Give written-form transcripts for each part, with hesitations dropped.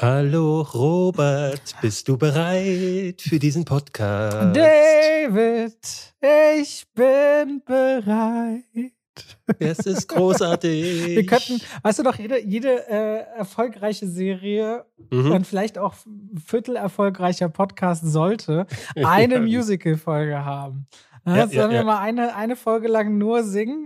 Hallo Robert, bist du bereit für diesen Podcast? David, ich bin bereit. Es ist großartig. Wir könnten, weißt du doch, jede erfolgreiche Serie und vielleicht auch viertelerfolgreicher Podcast sollte eine Musical-Folge haben. Sollen wir mal eine Folge lang nur singen?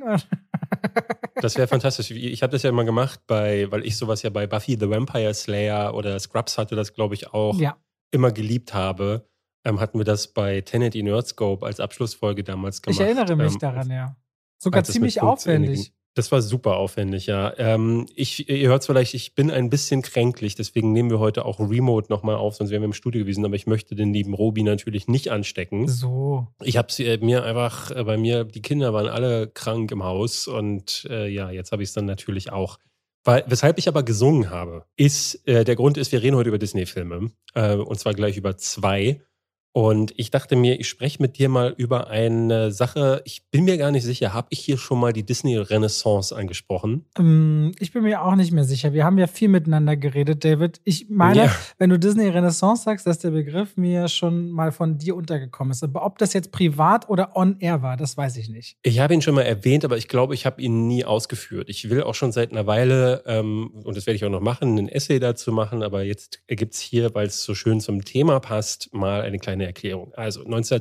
Das wäre fantastisch. Ich habe das ja immer gemacht, weil ich sowas ja bei Buffy the Vampire Slayer oder Scrubs hatte das, glaube ich, auch immer geliebt habe. Hatten wir das bei Tenet in Nerdscope als Abschlussfolge damals gemacht. Ich erinnere mich daran, ja. Sogar ziemlich aufwendig. Das war super aufwendig, ja. Ihr hört es vielleicht, ich bin ein bisschen kränklich, deswegen nehmen wir heute auch Remote nochmal auf, sonst wären wir im Studio gewesen, aber ich möchte den lieben Robi natürlich nicht anstecken. So. Ich habe mir einfach, bei mir, die Kinder waren alle krank im Haus und jetzt habe ich es dann natürlich auch. Weshalb ich aber gesungen habe, der Grund ist, wir reden heute über Disney-Filme und zwar gleich über 2. Und ich dachte mir, ich spreche mit dir mal über eine Sache. Ich bin mir gar nicht sicher, habe ich hier schon mal die Disney-Renaissance angesprochen? Ich bin mir auch nicht mehr sicher. Wir haben ja viel miteinander geredet, David. Ich meine, wenn du Disney-Renaissance sagst, dass der Begriff mir schon mal von dir untergekommen ist. Aber ob das jetzt privat oder on-air war, das weiß ich nicht. Ich habe ihn schon mal erwähnt, aber ich glaube, ich habe ihn nie ausgeführt. Ich will auch schon seit einer Weile, und das werde ich auch noch machen, ein Essay dazu machen, aber jetzt gibt es hier, weil es so schön zum Thema passt, mal eine kleine Erklärung. Also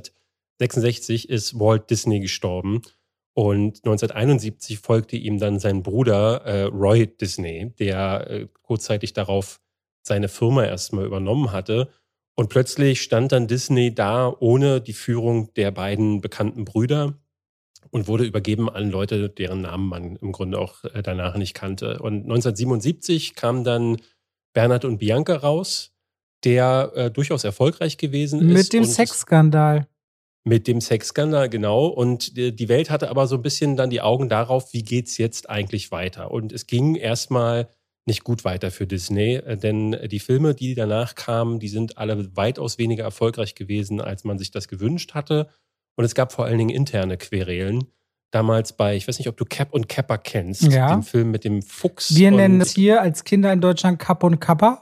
1966 ist Walt Disney gestorben und 1971 folgte ihm dann sein Bruder Roy Disney, der kurzzeitig darauf seine Firma erstmal übernommen hatte. Und plötzlich stand dann Disney da ohne die Führung der beiden bekannten Brüder und wurde übergeben an Leute, deren Namen man im Grunde auch danach nicht kannte. Und 1977 kam dann Bernhard und Bianca raus, der durchaus erfolgreich gewesen ist. Mit dem Sexskandal. Mit dem Sexskandal, genau. Und die Welt hatte aber so ein bisschen dann die Augen darauf, wie geht's jetzt eigentlich weiter? Und es ging erstmal nicht gut weiter für Disney, denn die Filme, die danach kamen, die sind alle weitaus weniger erfolgreich gewesen, als man sich das gewünscht hatte. Und es gab vor allen Dingen interne Querelen. Damals bei, ich weiß nicht, ob du Cap und Kappa kennst, den Film mit dem Fuchs. Wir nennen es hier als Kinder in Deutschland Cap und Kappa.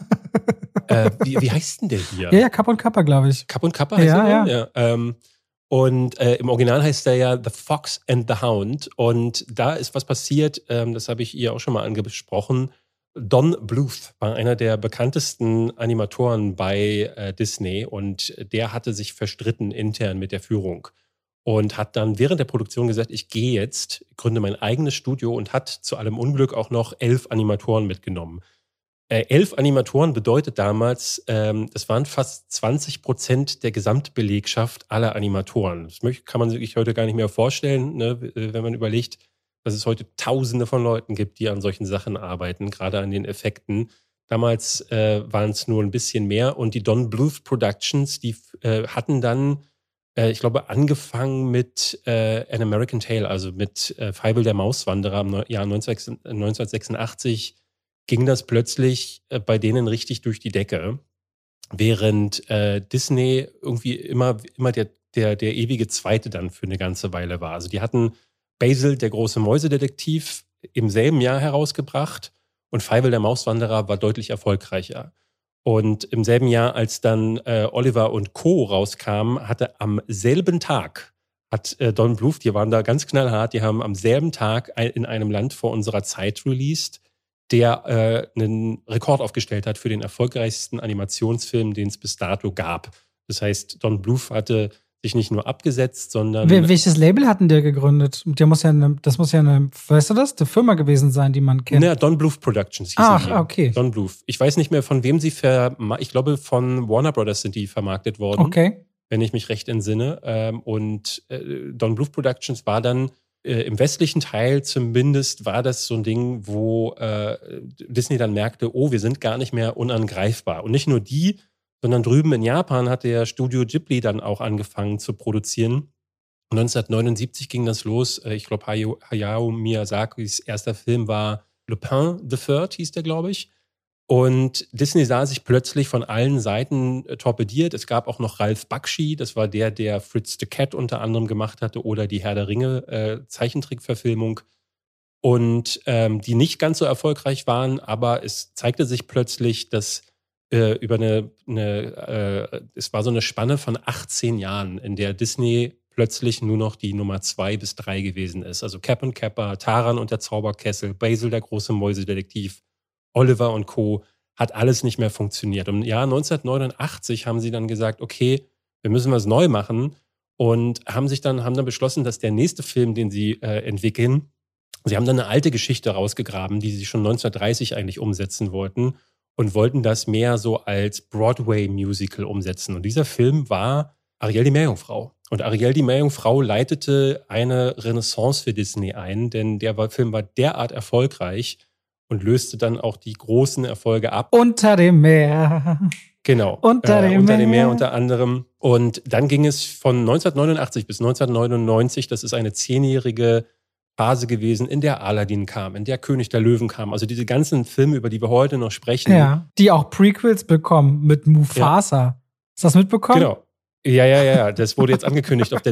Wie heißt denn der hier? Ja, Cap und Kappa, glaube ich. Cap und Kappa heißt er? Ja. Und im Original heißt er ja The Fox and the Hound. Und da ist was passiert, das habe ich ihr auch schon mal angesprochen. Don Bluth war einer der bekanntesten Animatoren bei Disney und der hatte sich verstritten intern mit der Führung und hat dann während der Produktion gesagt, ich gehe jetzt, gründe mein eigenes Studio und hat zu allem Unglück auch noch 11 Animatoren mitgenommen. 11 Animatoren bedeutet damals, das waren fast 20% der Gesamtbelegschaft aller Animatoren. Das kann man sich heute gar nicht mehr vorstellen, ne, wenn man überlegt, dass es heute Tausende von Leuten gibt, die an solchen Sachen arbeiten, gerade an den Effekten. Damals waren es nur ein bisschen mehr und die Don Bluth Productions, die hatten dann, ich glaube, angefangen mit An American Tail, also mit Fievel der Mauswanderer im Jahr 1986, ging das plötzlich bei denen richtig durch die Decke, während Disney irgendwie immer der ewige Zweite dann für eine ganze Weile war. Also die hatten Basil, der große Mäusedetektiv, im selben Jahr herausgebracht und Fievel der Mauswanderer war deutlich erfolgreicher. Und im selben Jahr, als dann Oliver und Co. rauskamen, hatte am selben Tag, hat Don Bluth, die waren da ganz knallhart, die haben am selben Tag in einem Land vor unserer Zeit released, der einen Rekord aufgestellt hat für den erfolgreichsten Animationsfilm, den es bis dato gab. Das heißt, Don Bluth hatte sich nicht nur abgesetzt, sondern... Welches Label hatten der gegründet? Das muss ja eine, weißt du das? Eine Firma gewesen sein, die man kennt. Ja, Don Bluth Productions hießen die. Okay. Don Bluth. Ich weiß nicht mehr, von wem sie ich glaube, von Warner Brothers sind die vermarktet worden. Okay. Wenn ich mich recht entsinne. Und Don Bluth Productions war dann im westlichen Teil zumindest war das so ein Ding, wo Disney dann merkte, oh, wir sind gar nicht mehr unangreifbar. Und nicht nur die, sondern drüben in Japan hat der Studio Ghibli dann auch angefangen zu produzieren. 1979 ging das los. Ich glaube, Hayao Miyazakis erster Film war Lupin the Third, hieß der, glaube ich. Und Disney sah sich plötzlich von allen Seiten torpediert. Es gab auch noch Ralph Bakshi, das war der Fritz the Cat unter anderem gemacht hatte oder die Herr der Ringe Zeichentrickverfilmung. und die nicht ganz so erfolgreich waren, aber es zeigte sich plötzlich, dass über es war so eine Spanne von 18 Jahren, in der Disney plötzlich nur noch die Nummer 2 bis 3 gewesen ist. Also Cap und Kappa, Taran und der Zauberkessel, Basil der große Mäusedetektiv, Oliver und Co. hat alles nicht mehr funktioniert. Im Jahr 1989 haben sie dann gesagt, okay, wir müssen was neu machen und haben dann beschlossen, dass der nächste Film, den sie entwickeln, sie haben dann eine alte Geschichte rausgegraben, die sie schon 1930 eigentlich umsetzen wollten und wollten das mehr so als Broadway-Musical umsetzen. Und dieser Film war Ariel die Meerjungfrau. Und Ariel die Meerjungfrau leitete eine Renaissance für Disney ein, denn Film war derart erfolgreich und löste dann auch die großen Erfolge ab. Unter dem Meer. Genau. Unter dem Meer unter anderem. Und dann ging es von 1989 bis 1999, das ist eine 10-jährige Phase gewesen, in der Aladdin kam, in der König der Löwen kam. Also diese ganzen Filme, über die wir heute noch sprechen. Ja, die auch Prequels bekommen mit Mufasa. Ja. Hast du das mitbekommen? Genau. Ja. Das wurde jetzt angekündigt auf der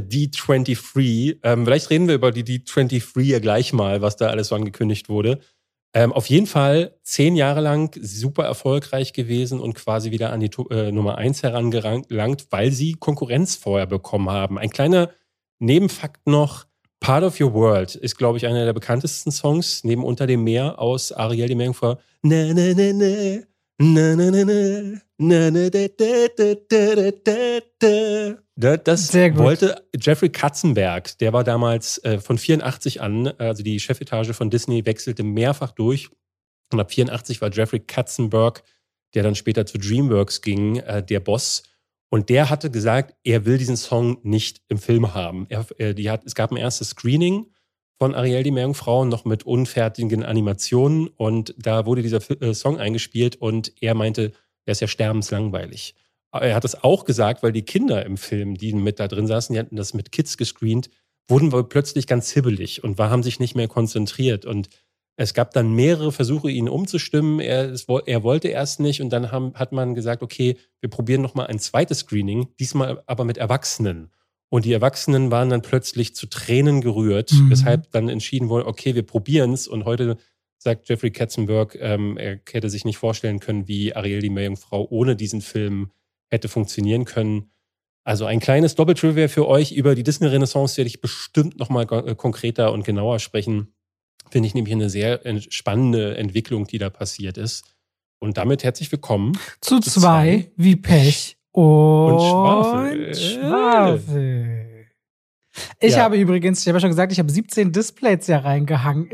D23. Vielleicht reden wir über die D23 ja gleich mal, was da alles so angekündigt wurde. Auf jeden Fall 10 Jahre lang super erfolgreich gewesen und quasi wieder an die Nummer 1 herangelangt, weil sie Konkurrenz vorher bekommen haben. Ein kleiner Nebenfakt noch: Part of Your World ist, glaube ich, einer der bekanntesten Songs neben Unter dem Meer aus Ariel die Meerjungfrau. Na, na, na, na. Na, na, na, na. Na, na, da, da, da, da, da. Das wollte Jeffrey Katzenberg, der war damals von 84 an, also die Chefetage von Disney wechselte mehrfach durch. Und ab 84 war Jeffrey Katzenberg, der dann später zu DreamWorks ging, der Boss. Und der hatte gesagt, er will diesen Song nicht im Film haben. Es gab ein erstes Screening von Ariel die Meerjungfrau, noch mit unfertigen Animationen. Und da wurde dieser Song eingespielt und er meinte, der ist ja sterbenslangweilig. Aber er hat das auch gesagt, weil die Kinder im Film, die mit da drin saßen, die hatten das mit Kids gescreent, wurden wohl plötzlich ganz hibbelig und haben sich nicht mehr konzentriert. Und es gab dann mehrere Versuche, ihn umzustimmen. Er wollte erst nicht und dann hat man gesagt, okay, wir probieren nochmal ein zweites Screening, diesmal aber mit Erwachsenen. Und die Erwachsenen waren dann plötzlich zu Tränen gerührt, weshalb dann entschieden wurde, okay, wir probieren es. Und heute sagt Jeffrey Katzenberg, er hätte sich nicht vorstellen können, wie Ariel die Meerjungfrau ohne diesen Film hätte funktionieren können. Also ein kleines Doppeltrivia für euch. Über die Disney-Renaissance werde ich bestimmt nochmal konkreter und genauer sprechen. Finde ich nämlich eine sehr spannende Entwicklung, die da passiert ist. Und damit herzlich willkommen zu 2 wie Pech und Schwafel. Ich habe übrigens, ich habe ja schon gesagt, ich habe 17 Displays ja reingehangen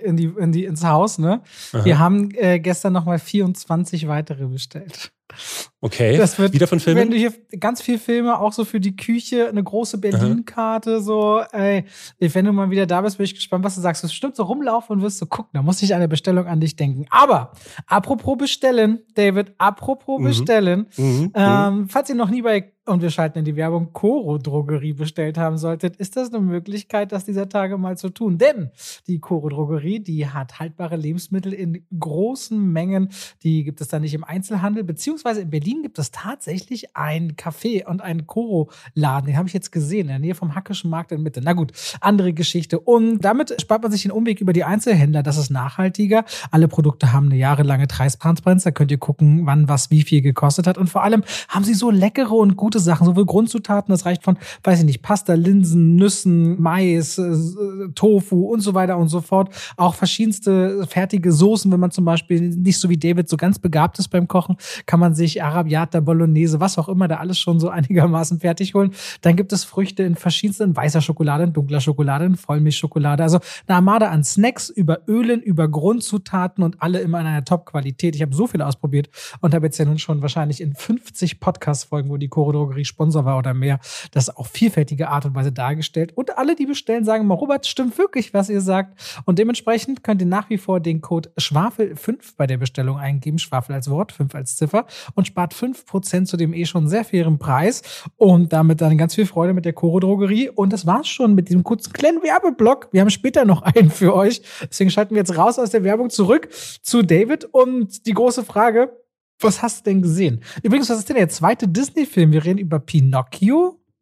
ins Haus, ne? Aha. Wir haben gestern nochmal 24 weitere bestellt. Okay, das wird, wieder von Filmen? Wenn du hier ganz viel Filme, auch so für die Küche, eine große Berlin-Karte, so, ey, wenn du mal wieder da bist, bin ich gespannt, was du sagst. Du wirst bestimmt so rumlaufen und wirst so gucken, da muss ich eine Bestellung an dich denken. Aber, apropos bestellen, David, bestellen, falls ihr noch nie und wir schalten in die Werbung, Coro Drogerie bestellt haben solltet, ist das eine Möglichkeit, das dieser Tage mal zu tun. Denn die Coro Drogerie, die hat haltbare Lebensmittel in großen Mengen. Die gibt es dann nicht im Einzelhandel, beziehungsweise in Berlin gibt es tatsächlich ein Café und einen Coro-Laden. Den habe ich jetzt gesehen, in der Nähe vom Hackischen Markt in Mitte. Na gut, andere Geschichte. Und damit spart man sich den Umweg über die Einzelhändler. Das ist nachhaltiger. Alle Produkte haben eine jahrelange Preistransparenz. Da könnt ihr gucken, wann was wie viel gekostet hat. Und vor allem haben sie so leckere und gute Sachen, sowohl Grundzutaten, das reicht von, weiß ich nicht, Pasta, Linsen, Nüssen, Mais, Tofu und so weiter und so fort. Auch verschiedenste fertige Soßen, wenn man zum Beispiel nicht so wie David so ganz begabt ist beim Kochen, kann man sich Arrabbiata, Bolognese, was auch immer, da alles schon so einigermaßen fertig holen. Dann gibt es Früchte in verschiedensten, in weißer Schokolade, in dunkler Schokolade, in Vollmilchschokolade. Also eine Armada an Snacks, über Ölen, über Grundzutaten und alle immer in einer Top-Qualität. Ich habe so viel ausprobiert und habe jetzt ja nun schon wahrscheinlich in 50 Podcast-Folgen, wo die Coro Drogerie Sponsor war oder mehr, das auf vielfältige Art und Weise dargestellt. Und alle, die bestellen, sagen mal, Robert, stimmt wirklich, was ihr sagt. Und dementsprechend könnt ihr nach wie vor den Code Schwafel5 bei der Bestellung eingeben. Schwafel als Wort, 5 als Ziffer. Und spart 5% zu dem schon sehr fairen Preis. Und damit dann ganz viel Freude mit der Coro Drogerie. Und das war's schon mit diesem kurzen kleinen Werbeblock. Wir haben später noch einen für euch. Deswegen schalten wir jetzt raus aus der Werbung zurück zu David. Und die große Frage: Was hast du denn gesehen? Übrigens, was ist denn der zweite Disney-Film? Wir reden über Pinocchio.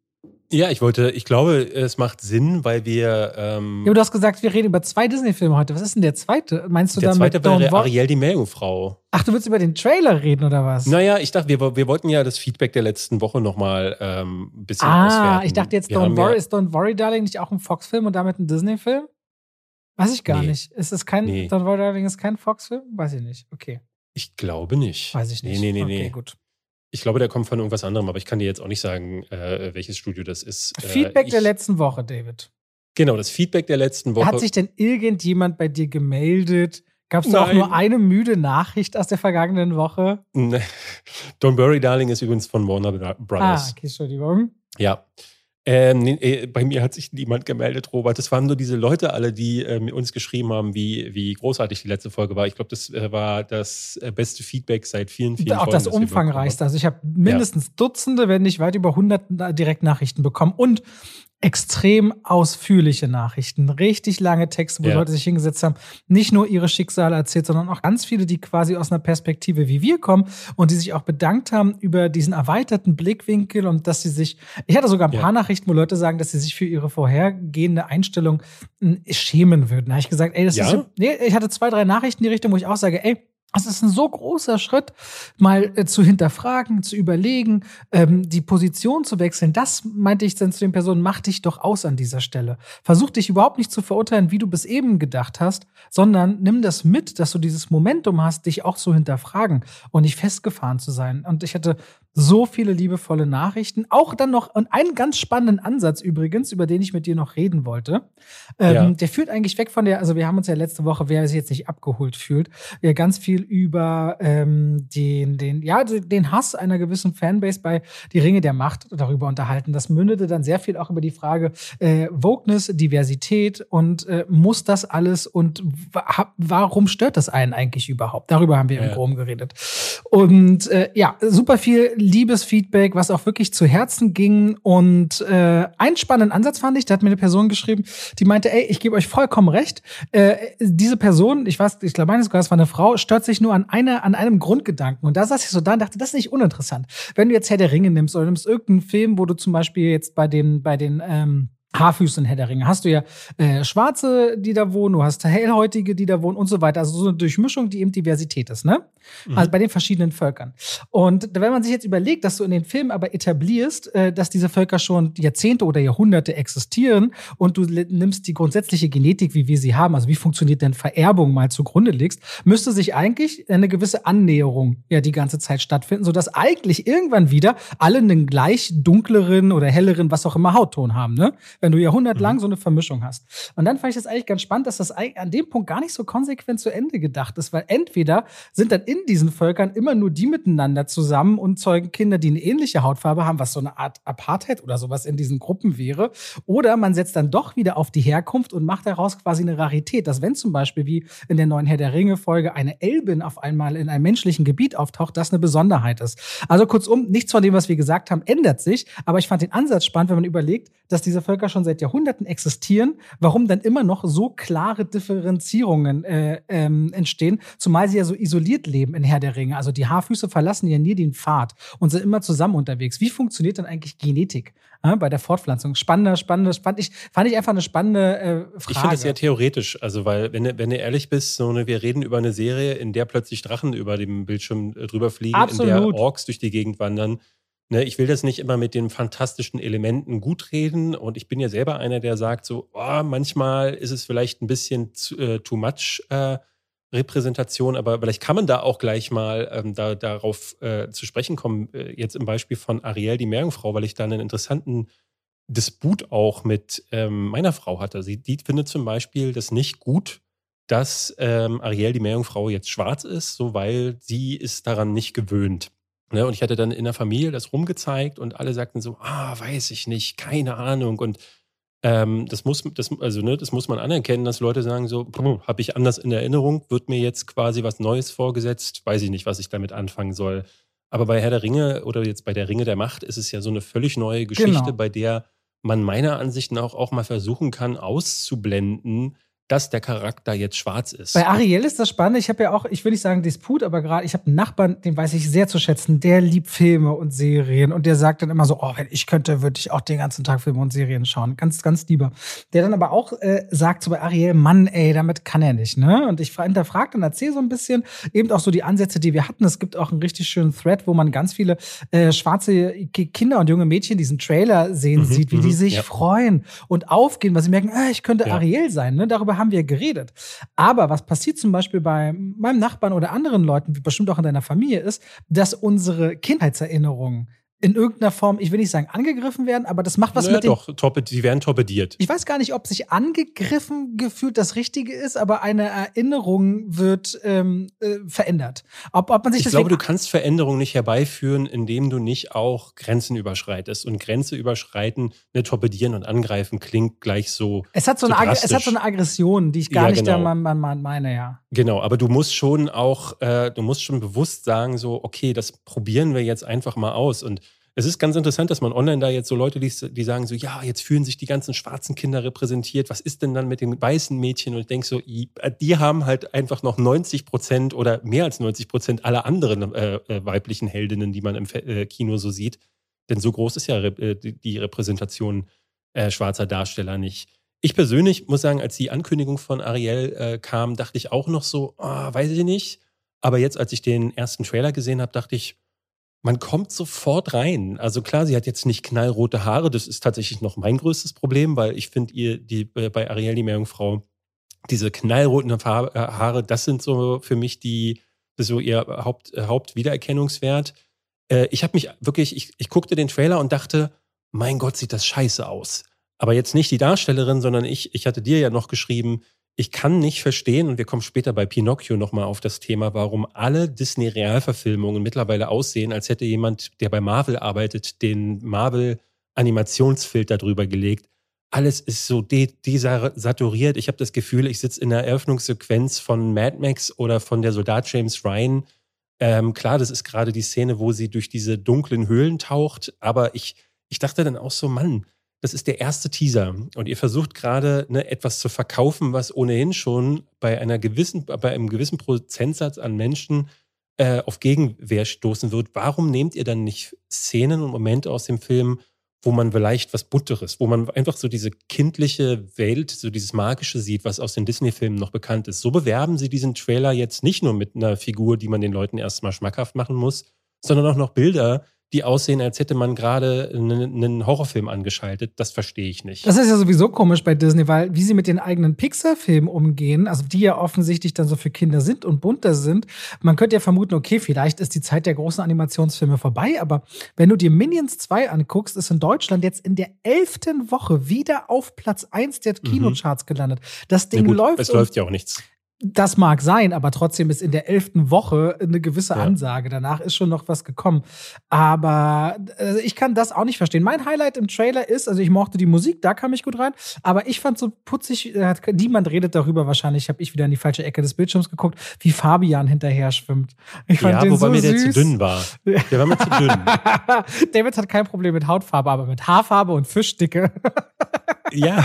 Ja, ich glaube, es macht Sinn, weil wir. Ja, aber du hast gesagt, wir reden über 2 Disney-Filme heute. Was ist denn der zweite? Meinst du der dann zweite mit wäre Ariel, die Meerjungfrau. Ach, du willst über den Trailer reden, oder was? Naja, ich dachte, wir wollten ja das Feedback der letzten Woche nochmal ein bisschen auswerten. Ich dachte jetzt, ist Don't Worry, Darling nicht auch ein Fox-Film und damit ein Disney-Film? Weiß ich gar nicht. Ist es kein, Don't Worry, Darling ist kein Fox-Film? Weiß ich nicht. Okay. Ich glaube nicht. Weiß ich nicht. Nee. Okay, gut. Ich glaube, der kommt von irgendwas anderem, aber ich kann dir jetzt auch nicht sagen, welches Studio das ist. Feedback der letzten Woche, David. Genau, das Feedback der letzten Woche. Hat sich denn irgendjemand bei dir gemeldet? Gab es da auch nur eine müde Nachricht aus der vergangenen Woche? Don't Worry, Darling ist übrigens von Warner Brothers. Okay, Entschuldigung. Ja. Bei mir hat sich niemand gemeldet, Robert. Das waren nur diese Leute alle, die mit uns geschrieben haben, wie großartig die letzte Folge war. Ich glaube, das war das beste Feedback seit vielen, vielen Folgen. Auch das umfangreichste. Also ich habe mindestens Dutzende, wenn nicht weit über 100 Direktnachrichten bekommen. Und extrem ausführliche Nachrichten, richtig lange Texte, wo Leute sich hingesetzt haben, nicht nur ihre Schicksale erzählt, sondern auch ganz viele, die quasi aus einer Perspektive wie wir kommen und die sich auch bedankt haben über diesen erweiterten Blickwinkel und dass sie sich, ich hatte sogar ein paar Nachrichten, wo Leute sagen, dass sie sich für ihre vorhergehende Einstellung schämen würden. Da habe ich gesagt, ich hatte 2, 3 Nachrichten in die Richtung, wo ich auch sage, es ist ein so großer Schritt, mal zu hinterfragen, zu überlegen, die Position zu wechseln. Das meinte ich dann zu den Personen, mach dich doch aus an dieser Stelle. Versuch dich überhaupt nicht zu verurteilen, wie du bis eben gedacht hast, sondern nimm das mit, dass du dieses Momentum hast, dich auch zu hinterfragen und nicht festgefahren zu sein. Und ich hatte so viele liebevolle Nachrichten. Auch dann noch und einen ganz spannenden Ansatz übrigens, über den ich mit dir noch reden wollte. Der führt eigentlich weg von also wir haben uns ja letzte Woche, wer sich jetzt nicht abgeholt fühlt, ja ganz viel über den Hass einer gewissen Fanbase bei Die Ringe der Macht darüber unterhalten. Das mündete dann sehr viel auch über die Frage Wokeness, Diversität und muss das alles und warum stört das einen eigentlich überhaupt? Darüber haben wir im Groben geredet. Und super viel liebes Feedback, was auch wirklich zu Herzen ging. Und einen spannenden Ansatz fand ich, da hat mir eine Person geschrieben, die meinte, ich gebe euch vollkommen recht. Diese Person, ich glaube, meines Sogar, es war eine Frau, stört sich nur an einem Grundgedanken. Und da saß ich so da und dachte, das ist nicht uninteressant. Wenn du jetzt Herr der Ringe nimmst oder nimmst irgendeinen Film, wo du zum Beispiel jetzt bei den Haarfüßen Herr der Ringe. Hast du ja Schwarze, die da wohnen, du hast Hellhäutige, die da wohnen und so weiter. Also so eine Durchmischung, die eben Diversität ist, ne? Also bei den verschiedenen Völkern. Und wenn man sich jetzt überlegt, dass du in den Filmen aber etablierst, dass diese Völker schon Jahrzehnte oder Jahrhunderte existieren und du nimmst die grundsätzliche Genetik, wie wir sie haben, also wie funktioniert denn Vererbung mal zugrunde legst, müsste sich eigentlich eine gewisse Annäherung die ganze Zeit stattfinden, sodass eigentlich irgendwann wieder alle einen gleich dunkleren oder helleren, was auch immer, Hautton haben, ne? Wenn du jahrhundertlang so eine Vermischung hast. Und dann fand ich das eigentlich ganz spannend, dass das an dem Punkt gar nicht so konsequent zu Ende gedacht ist, weil entweder sind dann in diesen Völkern immer nur die miteinander zusammen und zeugen Kinder, die eine ähnliche Hautfarbe haben, was so eine Art Apartheid oder sowas in diesen Gruppen wäre. Oder man setzt dann doch wieder auf die Herkunft und macht daraus quasi eine Rarität, dass wenn zum Beispiel wie in der neuen Herr der Ringe-Folge eine Elbin auf einmal in einem menschlichen Gebiet auftaucht, das eine Besonderheit ist. Also kurzum, nichts von dem, was wir gesagt haben, ändert sich, aber ich fand den Ansatz spannend, wenn man überlegt, dass diese Völker schon seit Jahrhunderten existieren, warum dann immer noch so klare Differenzierungen entstehen, zumal sie ja so isoliert leben in Herr der Ringe. Also die Haarfüße verlassen ja nie den Pfad und sind immer zusammen unterwegs. Wie funktioniert denn eigentlich Genetik bei der Fortpflanzung? Fand ich einfach eine spannende Frage. Ich finde es sehr theoretisch, also weil, wenn du ehrlich bist, wir reden über eine Serie, in der plötzlich Drachen über dem Bildschirm drüber fliegen, Absolut. In der Orks durch die Gegend wandern. Ne, ich will das nicht immer mit den fantastischen Elementen gut reden und ich bin ja selber einer, der sagt so, manchmal ist es vielleicht ein bisschen too much Repräsentation, aber vielleicht kann man da auch gleich mal darauf zu sprechen kommen, jetzt im Beispiel von Ariel, die Meerjungfrau, weil ich da einen interessanten Disput auch mit meiner Frau hatte. Die findet zum Beispiel das nicht gut, dass Ariel, die Meerjungfrau, jetzt schwarz ist, so weil sie ist daran nicht gewöhnt. Ne, und ich hatte dann in der Familie das rumgezeigt und alle sagten so, weiß ich nicht, keine Ahnung. Und das muss man anerkennen, dass Leute sagen so, habe ich anders in Erinnerung, wird mir jetzt quasi was Neues vorgesetzt, weiß ich nicht, was ich damit anfangen soll. Aber bei Herr der Ringe oder jetzt bei der Ringe der Macht ist es ja so eine völlig neue Geschichte, bei der man meiner Ansicht nach auch mal versuchen kann, auszublenden, dass der Charakter jetzt schwarz ist. Bei Ariel ist das spannend. Ich habe ja auch, ich will nicht sagen Disput, aber gerade, ich habe einen Nachbarn, den weiß ich sehr zu schätzen, der liebt Filme und Serien und der sagt dann immer so, oh, wenn ich könnte, würde ich auch den ganzen Tag Filme und Serien schauen. Ganz, ganz lieber. Der dann aber auch sagt so bei Ariel, Mann, ey, damit kann er nicht, ne? Und ich hinterfrage und erzähle so ein bisschen eben auch so die Ansätze, die wir hatten. Es gibt auch einen richtig schönen Thread, wo man ganz viele schwarze Kinder und junge Mädchen diesen Trailer sieht, wie die sich freuen und aufgehen, weil sie merken, ich könnte Ariel sein, ne? Darüber haben wir geredet. Aber was passiert zum Beispiel bei meinem Nachbarn oder anderen Leuten, wie bestimmt auch in deiner Familie ist, dass unsere Kindheitserinnerungen in irgendeiner Form, ich will nicht sagen angegriffen werden, aber das macht was mit die werden torpediert. Ich weiß gar nicht, ob sich angegriffen gefühlt das Richtige ist, aber eine Erinnerung wird verändert. Ob man sich ich glaube, du kannst Veränderungen nicht herbeiführen, indem du nicht auch Grenzen überschreitest. Und Grenze überschreiten, torpedieren und angreifen klingt gleich so. Es hat so eine Aggression, die ich gar nicht meine, ja. Genau, aber du musst schon bewusst sagen, so, okay, das probieren wir jetzt einfach mal aus. Und es ist ganz interessant, dass man online da jetzt so Leute liest, die sagen so, ja, jetzt fühlen sich die ganzen schwarzen Kinder repräsentiert. Was ist denn dann mit den weißen Mädchen? Und ich denke so, die haben halt einfach noch 90% oder mehr als 90% aller anderen weiblichen Heldinnen, die man im Kino so sieht. Denn so groß ist ja die Repräsentation schwarzer Darsteller nicht. Ich persönlich muss sagen, als die Ankündigung von Ariel kam, dachte ich auch noch so, weiß ich nicht. Aber jetzt, als ich den ersten Trailer gesehen habe, dachte ich, man kommt sofort rein. Also klar, sie hat jetzt nicht knallrote Haare. Das ist tatsächlich noch mein größtes Problem, weil ich finde, bei Ariel, die Meerjungfrau, diese knallroten Haare, das sind so für mich so ihr Hauptwiedererkennungswert. Ich habe mich wirklich, ich guckte den Trailer und dachte, mein Gott, sieht das scheiße aus. Aber jetzt nicht die Darstellerin, sondern ich hatte dir ja noch geschrieben, ich kann nicht verstehen, und wir kommen später bei Pinocchio nochmal auf das Thema, warum alle Disney-Realverfilmungen mittlerweile aussehen, als hätte jemand, der bei Marvel arbeitet, den Marvel-Animationsfilter drüber gelegt. Alles ist so desaturiert. Ich habe das Gefühl, ich sitze in der Eröffnungssequenz von Mad Max oder von der Soldat James Ryan. Klar, das ist gerade die Szene, wo sie durch diese dunklen Höhlen taucht, aber ich dachte dann auch so, Mann, das ist der erste Teaser und ihr versucht gerade etwas zu verkaufen, was ohnehin schon bei einem gewissen Prozentsatz an Menschen auf Gegenwehr stoßen wird. Warum nehmt ihr dann nicht Szenen und Momente aus dem Film, wo man vielleicht was Bunteres, wo man einfach so diese kindliche Welt, so dieses Magische sieht, was aus den Disney-Filmen noch bekannt ist? So bewerben sie diesen Trailer jetzt nicht nur mit einer Figur, die man den Leuten erstmal schmackhaft machen muss, sondern auch noch Bilder, die aussehen, als hätte man gerade einen Horrorfilm angeschaltet. Das verstehe ich nicht. Das ist ja sowieso komisch bei Disney, weil wie sie mit den eigenen Pixar-Filmen umgehen, also die ja offensichtlich dann so für Kinder sind und bunter sind, man könnte ja vermuten, okay, vielleicht ist die Zeit der großen Animationsfilme vorbei, aber wenn du dir Minions 2 anguckst, ist in Deutschland jetzt in der 11. Woche wieder auf Platz 1 der Kinocharts gelandet. Das Ding läuft. Es läuft ja auch nichts. Das mag sein, aber trotzdem ist in der 11. Woche eine gewisse Ansage. Danach ist schon noch was gekommen. Aber ich kann das auch nicht verstehen. Mein Highlight im Trailer ist, also ich mochte die Musik, da kam ich gut rein, aber ich fand so putzig, niemand redet darüber, wahrscheinlich habe ich wieder in die falsche Ecke des Bildschirms geguckt, wie Fabian hinterher schwimmt. Ich fand den wobei so mir der süß. zu dünn war. Der war mir zu dünn. David hat kein Problem mit Hautfarbe, aber mit Haarfarbe und Fischdicke. Ja,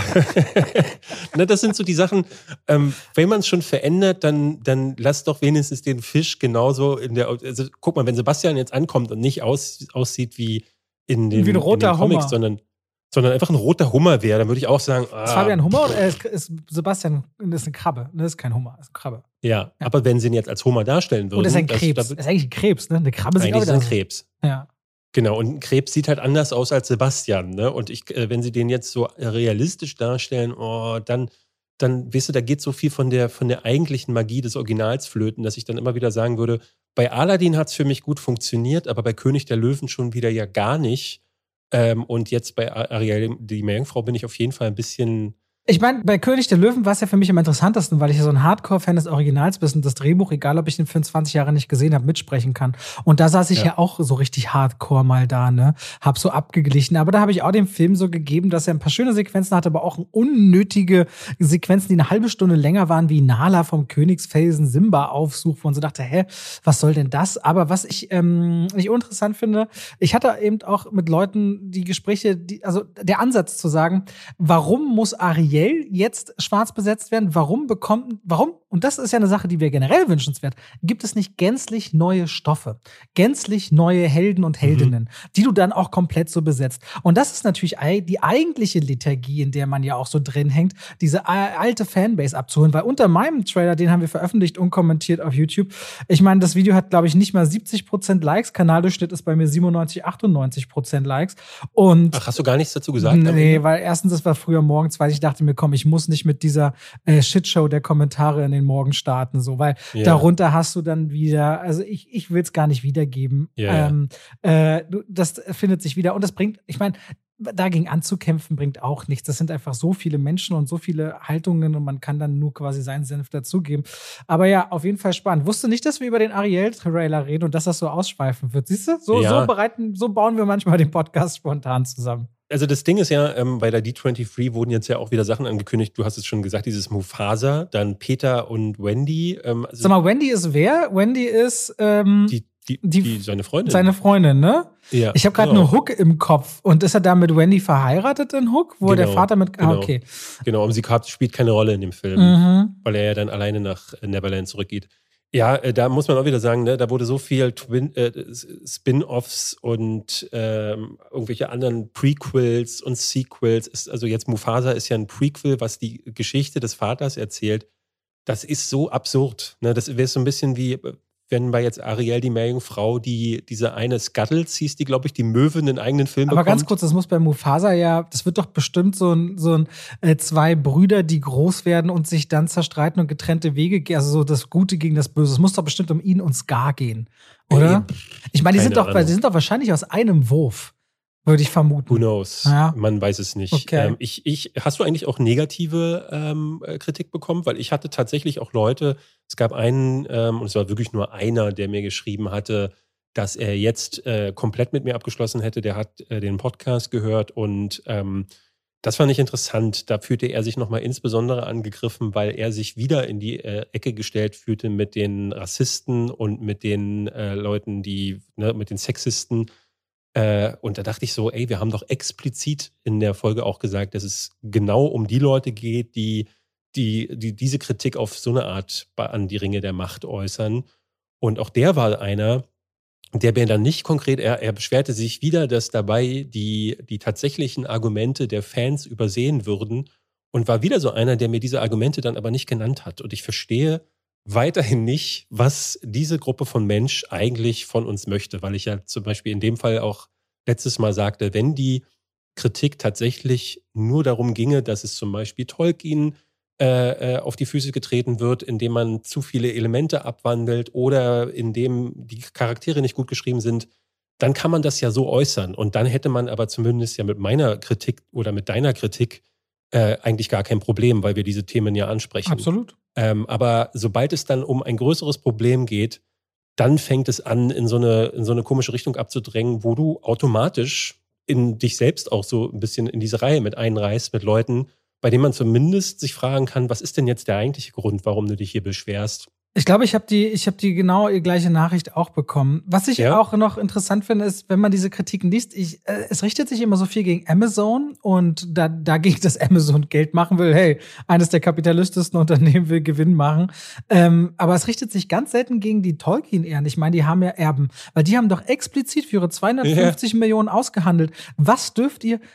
das sind so die Sachen, wenn man es schon verändert, dann lass doch wenigstens den Fisch genauso also guck mal, wenn Sebastian jetzt ankommt und nicht aussieht wie in den Comics, sondern einfach ein roter Hummer wäre, dann würde ich auch sagen, Ist Fabian Hummer oder ist Sebastian ist eine Krabbe? Das ist kein Hummer, ist eine Krabbe. Ja, aber wenn sie ihn jetzt als Hummer darstellen würden. Oh, das ist ein Krebs. Das ist eigentlich ein Krebs, ne? Eine Krabbe sieht auch wieder ein Krebs. Ja. Genau, und ein Krebs sieht halt anders aus als Sebastian, ne? Und wenn sie den jetzt so realistisch darstellen, dann weißt du, da geht so viel von der eigentlichen Magie des Originals flöten, dass ich dann immer wieder sagen würde, bei Aladdin hat es für mich gut funktioniert, aber bei König der Löwen schon wieder ja gar nicht. Und jetzt bei Ariel, die Meerjungfrau, bin ich auf jeden Fall ein bisschen. Ich meine, bei König der Löwen war es ja für mich am interessantesten, weil ich ja so ein Hardcore-Fan des Originals bin und das Drehbuch, egal ob ich den Film 20 Jahre nicht gesehen habe, mitsprechen kann. Und da saß ich ja auch so richtig Hardcore mal da, ne? Hab so abgeglichen. Aber da habe ich auch dem Film so gegeben, dass er ein paar schöne Sequenzen hatte, aber auch unnötige Sequenzen, die eine halbe Stunde länger waren, wie Nala vom Königsfelsen Simba aufsucht, wo man so dachte, was soll denn das? Aber was ich nicht uninteressant finde, ich hatte eben auch mit Leuten die Gespräche, also der Ansatz zu sagen, warum muss Ariel Ariel jetzt schwarz besetzt werden? Warum? Und das ist ja eine Sache, die wir generell wünschenswert, gibt es nicht gänzlich neue Stoffe, gänzlich neue Helden und Heldinnen, die du dann auch komplett so besetzt. Und das ist natürlich die eigentliche Lethargie, in der man ja auch so drin hängt, diese alte Fanbase abzuholen. Weil unter meinem Trailer, den haben wir veröffentlicht, unkommentiert auf YouTube, ich meine, das Video hat, glaube ich, nicht mal 70% Likes, Kanaldurchschnitt ist bei mir 97, 98% Likes. Und ach, hast du gar nichts dazu gesagt? Nee, weil erstens, das war früher morgens, weil ich dachte mir, komm, ich muss nicht mit dieser Shitshow der Kommentare in den Morgen starten, so, weil darunter hast du dann wieder, also ich will es gar nicht wiedergeben. Das findet sich wieder und das bringt, ich meine, dagegen anzukämpfen bringt auch nichts. Das sind einfach so viele Menschen und so viele Haltungen und man kann dann nur quasi seinen Senf dazugeben. Aber ja, auf jeden Fall spannend. Wusste nicht, dass wir über den Ariel-Trailer reden und dass das so ausschweifen wird. Siehst du? So bauen wir manchmal den Podcast spontan zusammen. Also das Ding ist ja, bei der D23 wurden jetzt ja auch wieder Sachen angekündigt. Du hast es schon gesagt, dieses Mufasa, dann Peter und Wendy. Sag mal, Wendy ist wer? Wendy ist seine Freundin. Seine Freundin, ne? Ja, ich habe gerade nur Hook im Kopf. Und ist er da mit Wendy verheiratet in Hook? Wo der Vater mit... Genau. Okay. Genau, und sie spielt keine Rolle in dem Film, weil er ja dann alleine nach Neverland zurückgeht. Ja, da muss man auch wieder sagen, ne, da wurde so viel Spin-Offs und irgendwelche anderen Prequels und Sequels. Also jetzt Mufasa ist ja ein Prequel, was die Geschichte des Vaters erzählt. Das ist so absurd. Ne? Das wäre so ein bisschen wie, wenn bei jetzt Ariel die Meerjungfrau, diese eine Scuttles hieß die, glaube ich, die Möwe einen eigenen Film bekommt. Aber ganz kurz, das muss bei Mufasa ja, das wird doch bestimmt so ein zwei Brüder, die groß werden und sich dann zerstreiten und getrennte Wege gehen, also so das Gute gegen das Böse. Es muss doch bestimmt um ihn und Scar gehen, oder? Ich meine, die sind doch wahrscheinlich aus einem Wurf. Würde ich vermuten. Who knows? Ja. Man weiß es nicht. Okay. Hast du eigentlich auch negative Kritik bekommen? Weil ich hatte tatsächlich auch Leute, es gab einen, und es war wirklich nur einer, der mir geschrieben hatte, dass er jetzt komplett mit mir abgeschlossen hätte. Der hat den Podcast gehört und das fand ich interessant. Da fühlte er sich nochmal insbesondere angegriffen, weil er sich wieder in die Ecke gestellt fühlte mit den Rassisten und mit den Leuten, mit den Sexisten. Und da dachte ich so, ey, wir haben doch explizit in der Folge auch gesagt, dass es genau um die Leute geht, die diese Kritik auf so eine Art an die Ringe der Macht äußern. Und auch der war einer, der mir dann nicht konkret, er beschwerte sich wieder, dass dabei die tatsächlichen Argumente der Fans übersehen würden und war wieder so einer, der mir diese Argumente dann aber nicht genannt hat. Und ich verstehe weiterhin nicht, was diese Gruppe von Mensch eigentlich von uns möchte, weil ich ja zum Beispiel in dem Fall auch letztes Mal sagte, wenn die Kritik tatsächlich nur darum ginge, dass es zum Beispiel Tolkien auf die Füße getreten wird, indem man zu viele Elemente abwandelt oder indem die Charaktere nicht gut geschrieben sind, dann kann man das ja so äußern. Und dann hätte man aber zumindest ja mit meiner Kritik oder mit deiner Kritik eigentlich gar kein Problem, weil wir diese Themen ja ansprechen. Absolut. Aber sobald es dann um ein größeres Problem geht, dann fängt es an, in so eine komische Richtung abzudrängen, wo du automatisch in dich selbst auch so ein bisschen in diese Reihe mit einreißt, mit Leuten, bei denen man zumindest sich fragen kann, was ist denn jetzt der eigentliche Grund, warum du dich hier beschwerst? Ich glaube, ich hab die genau die gleiche Nachricht auch bekommen. Was ich auch noch interessant finde, ist, wenn man diese Kritiken liest, es richtet sich immer so viel gegen Amazon und dagegen, dass Amazon Geld machen will. Hey, eines der kapitalistischsten Unternehmen will Gewinn machen. Aber es richtet sich ganz selten gegen die Tolkien-Ehren. Ich meine, die haben ja Erben, weil die haben doch explizit für ihre 250 Millionen ausgehandelt. Was dürft ihr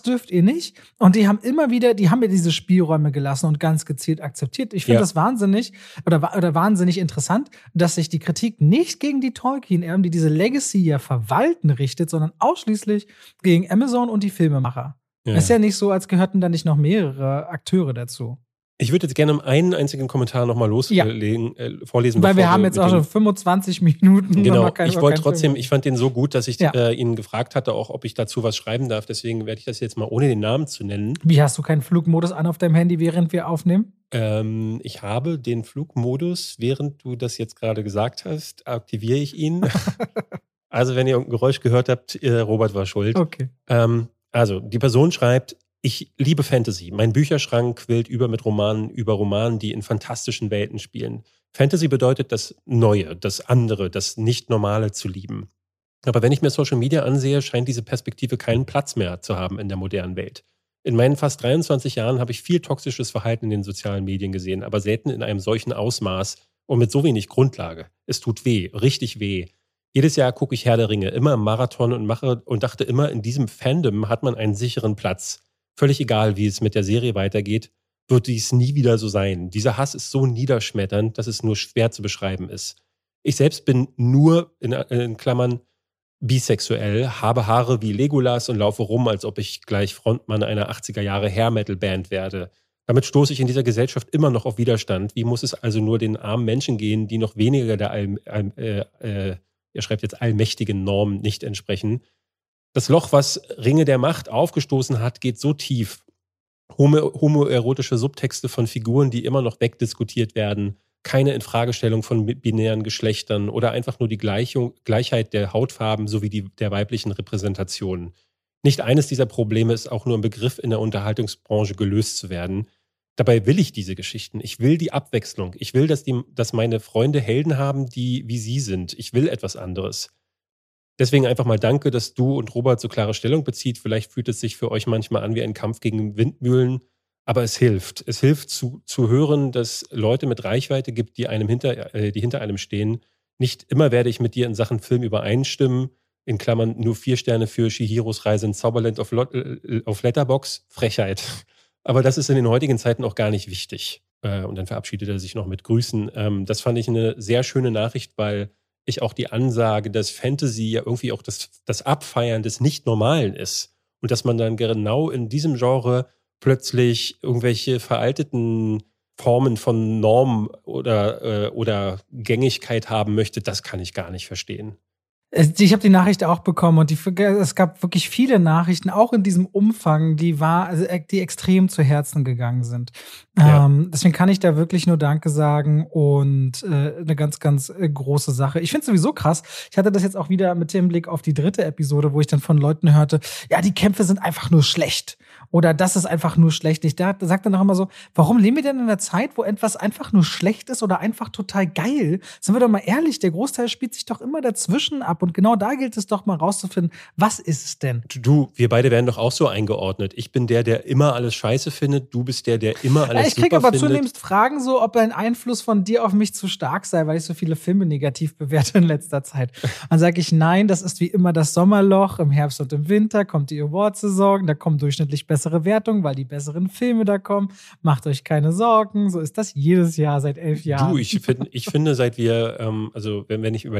nicht? Und die haben mir diese Spielräume gelassen und ganz gezielt akzeptiert. Ich finde das wahnsinnig oder wahnsinnig interessant, dass sich die Kritik nicht gegen die Tolkien-Erben, die diese Legacy ja verwalten, richtet, sondern ausschließlich gegen Amazon und die Filmemacher. Ja. Ist ja nicht so, als gehörten da nicht noch mehrere Akteure dazu. Ich würde jetzt gerne einen einzigen Kommentar nochmal vorlesen. Weil wir haben jetzt auch schon 25 Minuten. Genau, ich fand den so gut, dass ich ihn gefragt hatte, auch ob ich dazu was schreiben darf. Deswegen werde ich das jetzt mal ohne den Namen zu nennen. Wie, hast du keinen Flugmodus an auf deinem Handy, während wir aufnehmen? Ich habe den Flugmodus, während du das jetzt gerade gesagt hast, aktiviere ich ihn. Also wenn ihr ein Geräusch gehört habt, Robert war schuld. Okay. Also die Person schreibt: Ich liebe Fantasy. Mein Bücherschrank quillt über mit Romanen über Romanen, die in fantastischen Welten spielen. Fantasy bedeutet das Neue, das andere, das Nicht-Normale zu lieben. Aber wenn ich mir Social Media ansehe, scheint diese Perspektive keinen Platz mehr zu haben in der modernen Welt. In meinen fast 23 Jahren habe ich viel toxisches Verhalten in den sozialen Medien gesehen, aber selten in einem solchen Ausmaß und mit so wenig Grundlage. Es tut weh, richtig weh. Jedes Jahr gucke ich Herr der Ringe, immer im Marathon und dachte immer, in diesem Fandom hat man einen sicheren Platz. Völlig egal, wie es mit der Serie weitergeht, wird dies nie wieder so sein. Dieser Hass ist so niederschmetternd, dass es nur schwer zu beschreiben ist. Ich selbst bin nur, in Klammern, bisexuell, habe Haare wie Legolas und laufe rum, als ob ich gleich Frontmann einer 80er-Jahre-Hair-Metal-Band werde. Damit stoße ich in dieser Gesellschaft immer noch auf Widerstand. Wie muss es also nur den armen Menschen gehen, die noch weniger der ihr schreibt jetzt allmächtigen Normen nicht entsprechen? Das Loch, was Ringe der Macht aufgestoßen hat, geht so tief. Homoerotische Subtexte von Figuren, die immer noch wegdiskutiert werden, keine Infragestellung von binären Geschlechtern oder einfach nur die Gleichheit der Hautfarben sowie der weiblichen Repräsentation. Nicht eines dieser Probleme ist auch nur im Begriff in der Unterhaltungsbranche gelöst zu werden. Dabei will ich diese Geschichten. Ich will die Abwechslung. Ich will, dass meine Freunde Helden haben, die wie sie sind. Ich will etwas anderes. Deswegen einfach mal danke, dass du und Robert so klare Stellung bezieht. Vielleicht fühlt es sich für euch manchmal an wie ein Kampf gegen Windmühlen. Aber es hilft. Es hilft zu hören, dass Leute mit Reichweite gibt, die hinter einem stehen. Nicht immer werde ich mit dir in Sachen Film übereinstimmen. In Klammern nur 4 Sterne für Chihiros Reise in Zauberland auf Letterboxd. Frechheit. Aber das ist in den heutigen Zeiten auch gar nicht wichtig. Und dann verabschiedet er sich noch mit Grüßen. Das fand ich eine sehr schöne Nachricht, weil ich auch die Ansage, dass Fantasy ja irgendwie auch das Abfeiern des Nicht-Normalen ist. Und dass man dann genau in diesem Genre plötzlich irgendwelche veralteten Formen von Norm oder Gängigkeit haben möchte, das kann ich gar nicht verstehen. Ich habe die Nachricht auch bekommen und es gab wirklich viele Nachrichten, auch in diesem Umfang, die extrem zu Herzen gegangen sind. Ja. Deswegen kann ich da wirklich nur Danke sagen und eine ganz, ganz große Sache. Ich finde es sowieso krass. Ich hatte das jetzt auch wieder mit dem Blick auf die 3. Episode, wo ich dann von Leuten hörte, ja, die Kämpfe sind einfach nur schlecht. Oder das ist einfach nur schlecht. Ich sagt dann auch immer so, warum leben wir denn in einer Zeit, wo etwas einfach nur schlecht ist oder einfach total geil? Sind wir doch mal ehrlich, der Großteil spielt sich doch immer dazwischen ab. Und genau da gilt es doch mal rauszufinden, was ist es denn? Wir beide werden doch auch so eingeordnet. Ich bin der immer alles scheiße findet. Du bist der immer alles ich kriege aber zunehmend Fragen so, ob ein Einfluss von dir auf mich zu stark sei, weil ich so viele Filme negativ bewerte in letzter Zeit. Dann sage ich, nein, das ist wie immer das Sommerloch. Im Herbst und im Winter kommt die Award-Saison. Da kommen durchschnittlich bessere Wertungen, weil die besseren Filme da kommen. Macht euch keine Sorgen. So ist das jedes Jahr seit 11 Jahren. Ich finde, seit wir, also wenn ich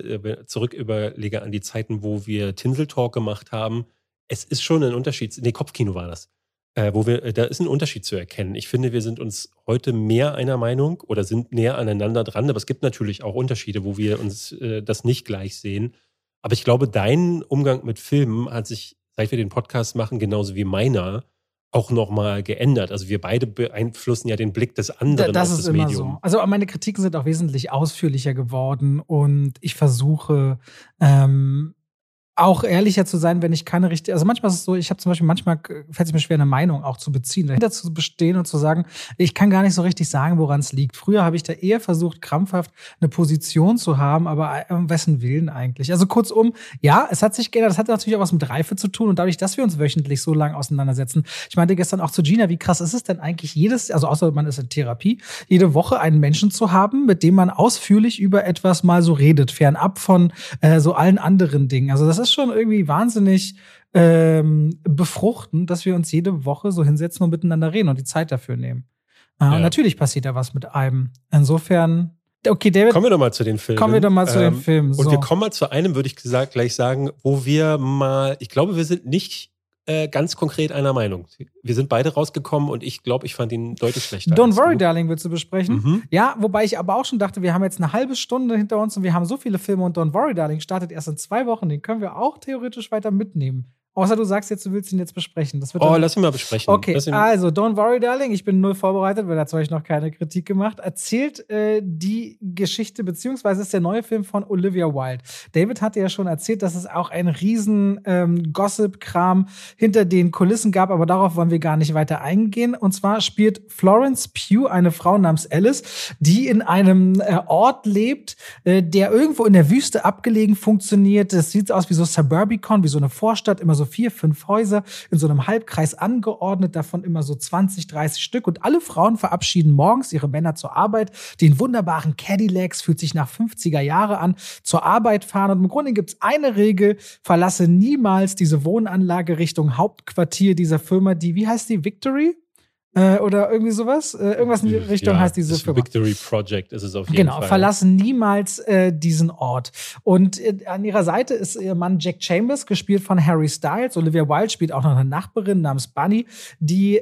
überlege an die Zeiten, wo wir Tinsel Talk gemacht haben, es ist schon ein Unterschied. Nee, Kopfkino war das. Da ist ein Unterschied zu erkennen. Ich finde, wir sind uns heute mehr einer Meinung oder sind näher aneinander dran, aber es gibt natürlich auch Unterschiede, wo wir uns das nicht gleich sehen. Aber ich glaube, dein Umgang mit Filmen hat sich, seit wir den Podcast machen, genauso wie meiner, auch nochmal geändert. Also wir beide beeinflussen ja den Blick des anderen auf das Medium. Das ist immer so. Also meine Kritiken sind auch wesentlich ausführlicher geworden und ich versuche auch ehrlicher zu sein, wenn ich keine richtige, also manchmal ist es so, manchmal fällt es mir schwer, eine Meinung auch zu beziehen, dahinter zu bestehen und zu sagen, ich kann gar nicht so richtig sagen, woran es liegt. Früher habe ich da eher versucht, krampfhaft eine Position zu haben, aber um wessen Willen eigentlich? Also kurzum, ja, es hat sich geändert, das hat natürlich auch was mit Reife zu tun und dadurch, dass wir uns wöchentlich so lange auseinandersetzen. Ich meinte gestern auch zu Gina, wie krass ist es denn eigentlich also außer man ist in Therapie, jede Woche einen Menschen zu haben, mit dem man ausführlich über etwas mal so redet, fernab von so allen anderen Dingen. Also das ist schon irgendwie wahnsinnig befruchtend, dass wir uns jede Woche so hinsetzen und miteinander reden und die Zeit dafür nehmen. Und natürlich passiert da was mit einem. Insofern, okay, David. Kommen wir doch mal zu den Filmen. So. Und wir kommen mal zu einem, würde ich gleich sagen, wo wir mal, ich glaube, wir sind nicht ganz konkret einer Meinung. Wir sind beide rausgekommen und ich glaube, ich fand ihn deutlich schlechter. Don't Worry, Darling, willst du besprechen? Mhm. Ja, wobei ich aber auch schon dachte, wir haben jetzt eine halbe Stunde hinter uns und wir haben so viele Filme und Don't Worry, Darling startet erst in 2 Wochen. Den können wir auch theoretisch weiter mitnehmen. Außer du sagst jetzt, du willst ihn jetzt besprechen. Lass ihn mal besprechen. Okay, also Don't Worry, Darling. Ich bin 0 vorbereitet, weil dazu habe ich noch keine Kritik gemacht. Erzählt die Geschichte, beziehungsweise ist der neue Film von Olivia Wilde. David hatte ja schon erzählt, dass es auch einen riesen Gossip-Kram hinter den Kulissen gab, aber darauf wollen wir gar nicht weiter eingehen. Und zwar spielt Florence Pugh eine Frau namens Alice, die in einem Ort lebt, der irgendwo in der Wüste abgelegen funktioniert. Das sieht aus wie so Suburbicon, wie so eine Vorstadt, immer so so 4, 5 Häuser in so einem Halbkreis angeordnet, davon immer so 20, 30 Stück. Und alle Frauen verabschieden morgens ihre Männer zur Arbeit, die in wunderbaren Cadillacs, fühlt sich nach 50er Jahre an, zur Arbeit fahren. Und im Grunde gibt es eine Regel: verlasse niemals diese Wohnanlage Richtung Hauptquartier dieser Firma, die, wie heißt die, Victory? Oder irgendwie sowas. Irgendwas in die Richtung heißt diese Firma. Victory Project ist es auf jeden Fall. Genau, verlassen niemals diesen Ort. Und an ihrer Seite ist ihr Mann Jack Chambers, gespielt von Harry Styles. Olivia Wilde spielt auch noch eine Nachbarin namens Bunny, die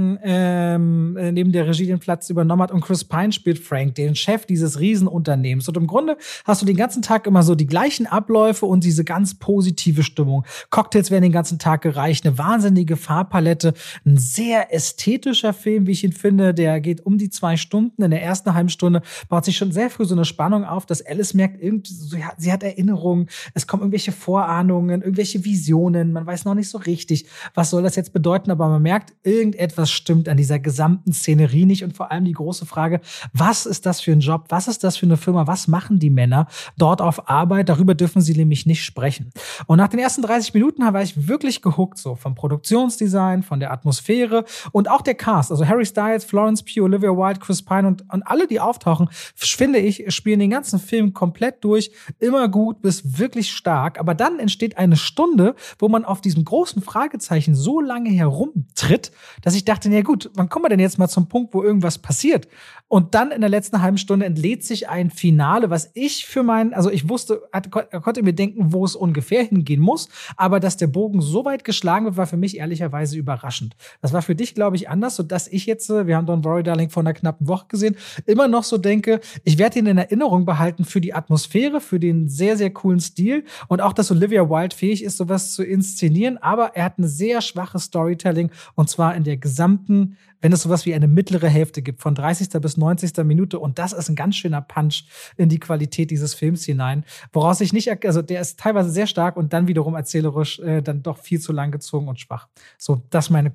neben der Regie den Platz übernommen hat. Und Chris Pine spielt Frank, den Chef dieses Riesenunternehmens. Und im Grunde hast du den ganzen Tag immer so die gleichen Abläufe und diese ganz positive Stimmung. Cocktails werden den ganzen Tag gereicht, eine wahnsinnige Farbpalette, ein sehr ästhetischer Film, wie ich ihn finde. Der geht um die 2 Stunden. In der ersten halben Stunde baut sich schon sehr früh so eine Spannung auf, dass Alice merkt, sie hat Erinnerungen, es kommen irgendwelche Vorahnungen, irgendwelche Visionen, man weiß noch nicht so richtig, was soll das jetzt bedeuten, aber man merkt, irgendetwas stimmt an dieser gesamten Szenerie nicht. Und vor allem die große Frage, was ist das für ein Job, was ist das für eine Firma, was machen die Männer dort auf Arbeit? Darüber dürfen sie nämlich nicht sprechen. Und nach den ersten 30 Minuten war ich wirklich gehuckt, so vom Produktionsdesign, von der Atmosphäre und auch der Cast, also Harry Styles, Florence Pugh, Olivia Wilde, Chris Pine und alle, die auftauchen, finde ich, spielen den ganzen Film komplett durch, immer gut bis wirklich stark. Aber dann entsteht eine Stunde, wo man auf diesem großen Fragezeichen so lange herumtritt, dass ich dachte, na gut, wann kommen wir denn jetzt mal zum Punkt, wo irgendwas passiert? Und dann in der letzten halben Stunde entlädt sich ein Finale, was ich für ich wusste, konnte mir denken, wo es ungefähr hingehen muss, aber dass der Bogen so weit geschlagen wird, war für mich ehrlicherweise überraschend. Das war für dich, glaube ich, anders, sodass ich jetzt, wir haben Don't Worry Darling vor einer knappen Woche gesehen, immer noch so denke, ich werde ihn in Erinnerung behalten für die Atmosphäre, für den sehr, sehr coolen Stil und auch, dass Olivia Wilde fähig ist, sowas zu inszenieren, aber er hat eine sehr schwache Storytelling und zwar in der gesamten, wenn es sowas wie eine mittlere Hälfte gibt, von 30. bis 90. Minute. Und das ist ein ganz schöner Punch in die Qualität dieses Films hinein. Woraus ich nicht, also der ist teilweise sehr stark und dann wiederum erzählerisch dann doch viel zu lang gezogen und schwach. So, das ist meine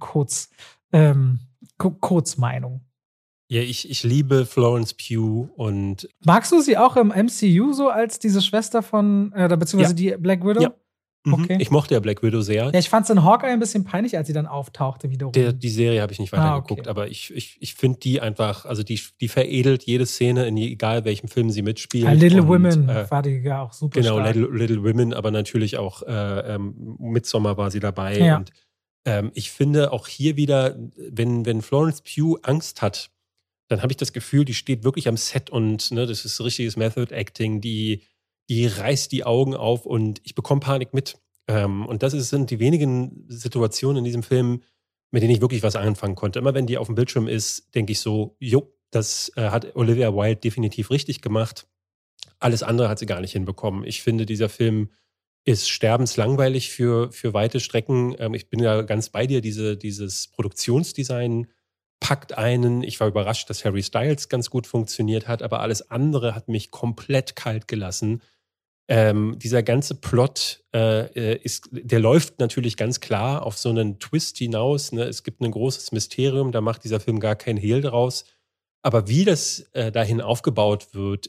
Kurzmeinung. Ja, ich liebe Florence Pugh und. Magst du sie auch im MCU so als diese Schwester von, beziehungsweise die Black Widow? Ja. Okay. Ich mochte ja Black Widow sehr. Ja, ich fand es in Hawkeye ein bisschen peinlich, als sie dann auftauchte wiederum. Die Serie habe ich nicht weitergeguckt, aber ich finde die einfach, also die veredelt jede Szene, in egal welchem Film sie mitspielt. Little Women war die ja auch super stark. Genau, Little Women, aber natürlich auch Midsommar war sie dabei. Ja. Und ich finde auch hier wieder, wenn Florence Pugh Angst hat, dann habe ich das Gefühl, die steht wirklich am Set und das ist richtiges Method Acting, die reißt die Augen auf und ich bekomme Panik mit. Und das sind die wenigen Situationen in diesem Film, mit denen ich wirklich was anfangen konnte. Immer wenn die auf dem Bildschirm ist, denke ich so, das hat Olivia Wilde definitiv richtig gemacht. Alles andere hat sie gar nicht hinbekommen. Ich finde, dieser Film ist sterbenslangweilig für weite Strecken. Ich bin ja ganz bei dir, dieses Produktionsdesign packt einen. Ich war überrascht, dass Harry Styles ganz gut funktioniert hat, aber alles andere hat mich komplett kalt gelassen. Dieser ganze Plot, der läuft natürlich ganz klar auf so einen Twist hinaus. Ne? Es gibt ein großes Mysterium, da macht dieser Film gar kein Hehl draus. Aber wie das dahin aufgebaut wird,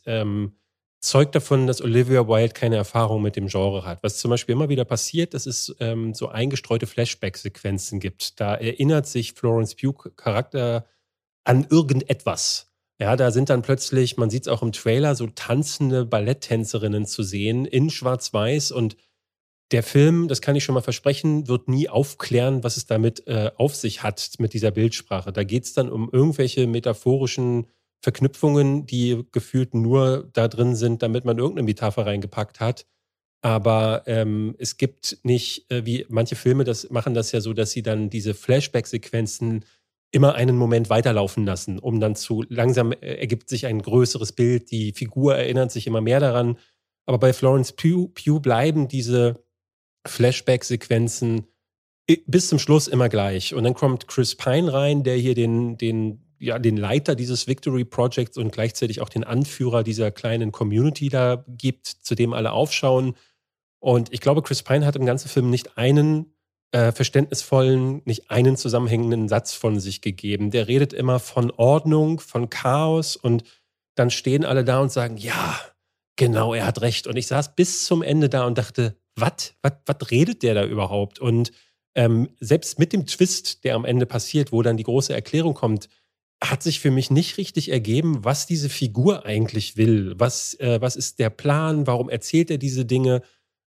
zeugt davon, dass Olivia Wilde keine Erfahrung mit dem Genre hat. Was zum Beispiel immer wieder passiert, dass es so eingestreute Flashback-Sequenzen gibt. Da erinnert sich Florence Pugh Charakter an irgendetwas. Ja, da sind dann plötzlich, man sieht es auch im Trailer, so tanzende Balletttänzerinnen zu sehen in Schwarz-Weiß. Und der Film, das kann ich schon mal versprechen, wird nie aufklären, was es damit auf sich hat mit dieser Bildsprache. Da geht es dann um irgendwelche metaphorischen Verknüpfungen, die gefühlt nur da drin sind, damit man irgendeine Metapher reingepackt hat. Aber es gibt nicht, wie manche Filme machen das ja so, dass sie dann diese Flashback-Sequenzen immer einen Moment weiterlaufen lassen, um dann langsam ergibt sich ein größeres Bild, die Figur erinnert sich immer mehr daran. Aber bei Florence Pugh bleiben diese Flashback-Sequenzen bis zum Schluss immer gleich. Und dann kommt Chris Pine rein, der hier den Leiter dieses Victory Projects und gleichzeitig auch den Anführer dieser kleinen Community da gibt, zu dem alle aufschauen. Und ich glaube, Chris Pine hat im ganzen Film nicht einen verständnisvollen, nicht einen zusammenhängenden Satz von sich gegeben. Der redet immer von Ordnung, von Chaos und dann stehen alle da und sagen, ja, genau, er hat recht. Und ich saß bis zum Ende da und dachte, was redet der da überhaupt? Und selbst mit dem Twist, der am Ende passiert, wo dann die große Erklärung kommt, hat sich für mich nicht richtig ergeben, was diese Figur eigentlich will. Was ist der Plan? Warum erzählt er diese Dinge?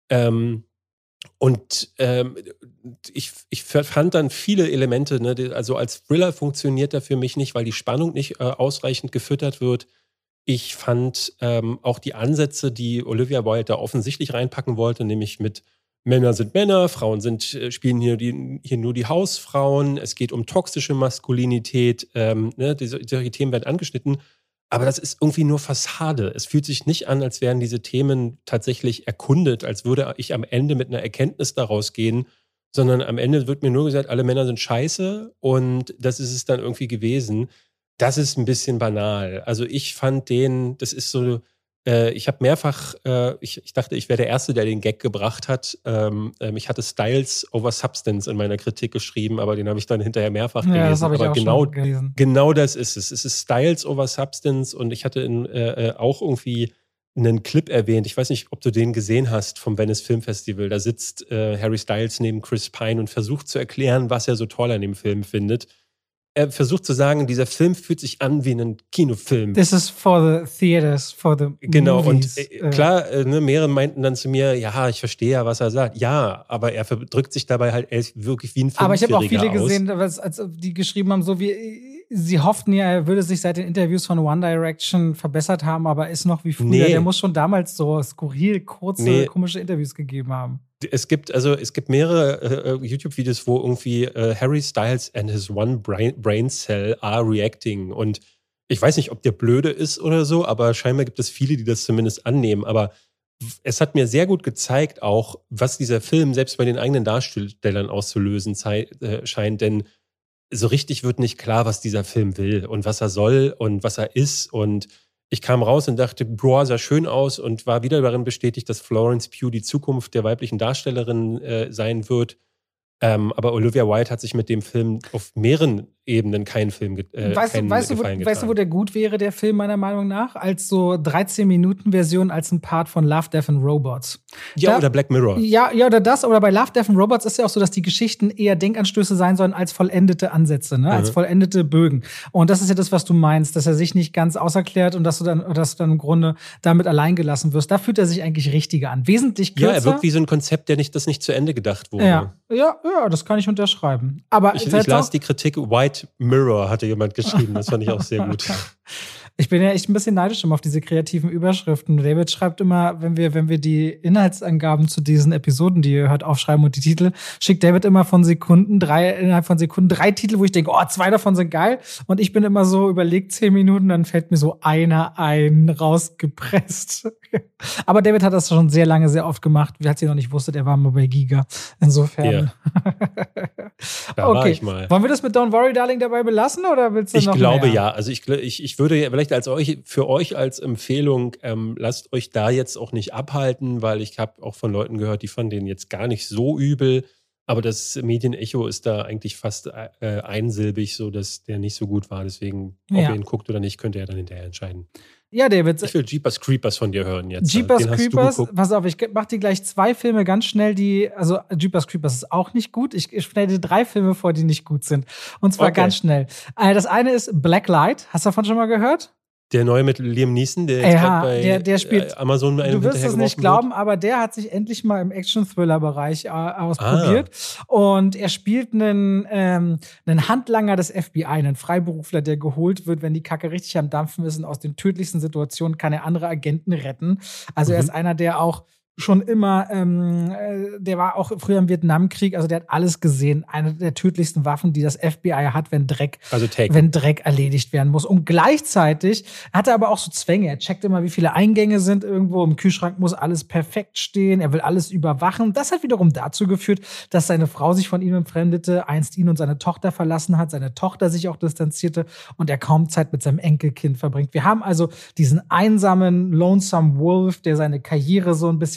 Ich fand dann viele Elemente, ne, also als Thriller funktioniert er für mich nicht, weil die Spannung nicht ausreichend gefüttert wird. Ich fand auch die Ansätze, die Olivia Wilde da offensichtlich reinpacken wollte, nämlich mit Männer sind Männer, Frauen spielen hier nur die Hausfrauen, es geht um toxische Maskulinität, ne, solche Themen werden angeschnitten, aber das ist irgendwie nur Fassade. Es fühlt sich nicht an, als wären diese Themen tatsächlich erkundet, als würde ich am Ende mit einer Erkenntnis daraus gehen, sondern am Ende wird mir nur gesagt, alle Männer sind scheiße und das ist es dann irgendwie gewesen. Das ist ein bisschen banal. Also ich fand das ist so, ich habe mehrfach, ich dachte, ich wäre der Erste, der den Gag gebracht hat. Ich hatte Styles over Substance in meiner Kritik geschrieben, aber den habe ich dann hinterher mehrfach gelesen. Ja, das habe ich aber auch schon gelesen. Genau das ist es. Es ist Styles over Substance und ich hatte auch irgendwie einen Clip erwähnt. Ich weiß nicht, ob du den gesehen hast vom Venice Film Festival. Da sitzt Harry Styles neben Chris Pine und versucht zu erklären, was er so toll an dem Film findet. Er versucht zu sagen, dieser Film fühlt sich an wie ein Kinofilm. This is for the theaters, for the genau, movies. Und klar, mehrere meinten dann zu mir, ja, ich verstehe ja, was er sagt. Ja, aber er drückt sich dabei halt wirklich wie ein Film. Aber ich habe auch viele gesehen, die geschrieben haben, so wie sie hofften ja, er würde sich seit den Interviews von One Direction verbessert haben, aber ist noch wie früher. Nee. Der muss schon damals so skurril, kurze, komische Interviews gegeben haben. Es gibt mehrere YouTube-Videos, wo irgendwie Harry Styles and his one brain cell are reacting. Und ich weiß nicht, ob der blöde ist oder so, aber scheinbar gibt es viele, die das zumindest annehmen. Aber es hat mir sehr gut gezeigt auch, was dieser Film selbst bei den eigenen Darstellern auszulösen scheint. Denn so richtig wird nicht klar, was dieser Film will und was er soll und was er ist. Und ich kam raus und dachte, boah, sah schön aus und war wieder darin bestätigt, dass Florence Pugh die Zukunft der weiblichen Darstellerin sein wird. Aber Olivia Wilde hat sich mit dem Film auf mehreren Ebenen keinen Film gefallen getan. Weißt du, wo der gut wäre, der Film meiner Meinung nach? Als so 13-Minuten-Version, als ein Part von Love, Death and Robots. Ja, oder Black Mirror. Ja, oder das. Oder bei Love, Death and Robots ist ja auch so, dass die Geschichten eher Denkanstöße sein sollen als vollendete Ansätze, ne? Als vollendete Bögen. Und das ist ja das, was du meinst, dass er sich nicht ganz auserklärt und dass du dann im Grunde damit allein gelassen wirst. Da fühlt er sich eigentlich richtiger an. Wesentlich kürzer. Ja, er wirkt wie so ein Konzept, das nicht zu Ende gedacht wurde. Ja, das kann ich unterschreiben. Aber ich las die Kritik, White Mirror hatte jemand geschrieben. Das fand ich auch sehr gut. Ich bin ja echt ein bisschen neidisch immer auf diese kreativen Überschriften. David schreibt immer, wenn wir die Inhaltsangaben zu diesen Episoden, die ihr hört, aufschreiben und die Titel, schickt David immer innerhalb von Sekunden 3 Titel, wo ich denke, 2 davon sind geil. Und ich bin immer so, überlegt 10 Minuten, dann fällt mir so einer rausgepresst. Aber David hat das schon sehr lange, sehr oft gemacht. Als ihr noch nicht wusstet, er war mal bei Giga. Insofern. Ja. Da war ich mal. Wollen wir das mit Don't Worry, Darling dabei belassen oder willst du noch mehr? Ich glaube ja. Also ich würde vielleicht für euch als Empfehlung, lasst euch da jetzt auch nicht abhalten, weil ich habe auch von Leuten gehört, die fanden den jetzt gar nicht so übel. Aber das Medienecho ist da eigentlich fast einsilbig, so dass der nicht so gut war. Deswegen, ob ihr ihn guckt oder nicht, könnt ihr ja dann hinterher entscheiden. Ja, David. Ich will Jeepers Creepers von dir hören jetzt. Jeepers Creepers, pass auf, ich mach dir gleich 2 Filme ganz schnell, also Jeepers Creepers ist auch nicht gut. Ich stelle dir 3 Filme vor, die nicht gut sind. Und zwar ganz schnell. Das eine ist Blacklight. Hast du davon schon mal gehört? Der neue mit Liam Neeson, der jetzt bei der spielt, Amazon Du wirst es nicht glauben, aber der hat sich endlich mal im Action-Thriller-Bereich ausprobiert. Und er spielt einen Handlanger des FBI, einen Freiberufler, der geholt wird, wenn die Kacke richtig am Dampfen ist und aus den tödlichsten Situationen kann er andere Agenten retten. Also er ist einer, der auch schon immer, der war auch früher im Vietnamkrieg, also der hat alles gesehen. Eine der tödlichsten Waffen, die das FBI hat, wenn Dreck erledigt werden muss. Und gleichzeitig hat er aber auch so Zwänge. Er checkt immer, wie viele Eingänge sind irgendwo. Im Kühlschrank muss alles perfekt stehen. Er will alles überwachen. Das hat wiederum dazu geführt, dass seine Frau sich von ihm entfremdete, einst ihn und seine Tochter verlassen hat, seine Tochter sich auch distanzierte und er kaum Zeit mit seinem Enkelkind verbringt. Wir haben also diesen einsamen, lonesome Wolf, der seine Karriere so ein bisschen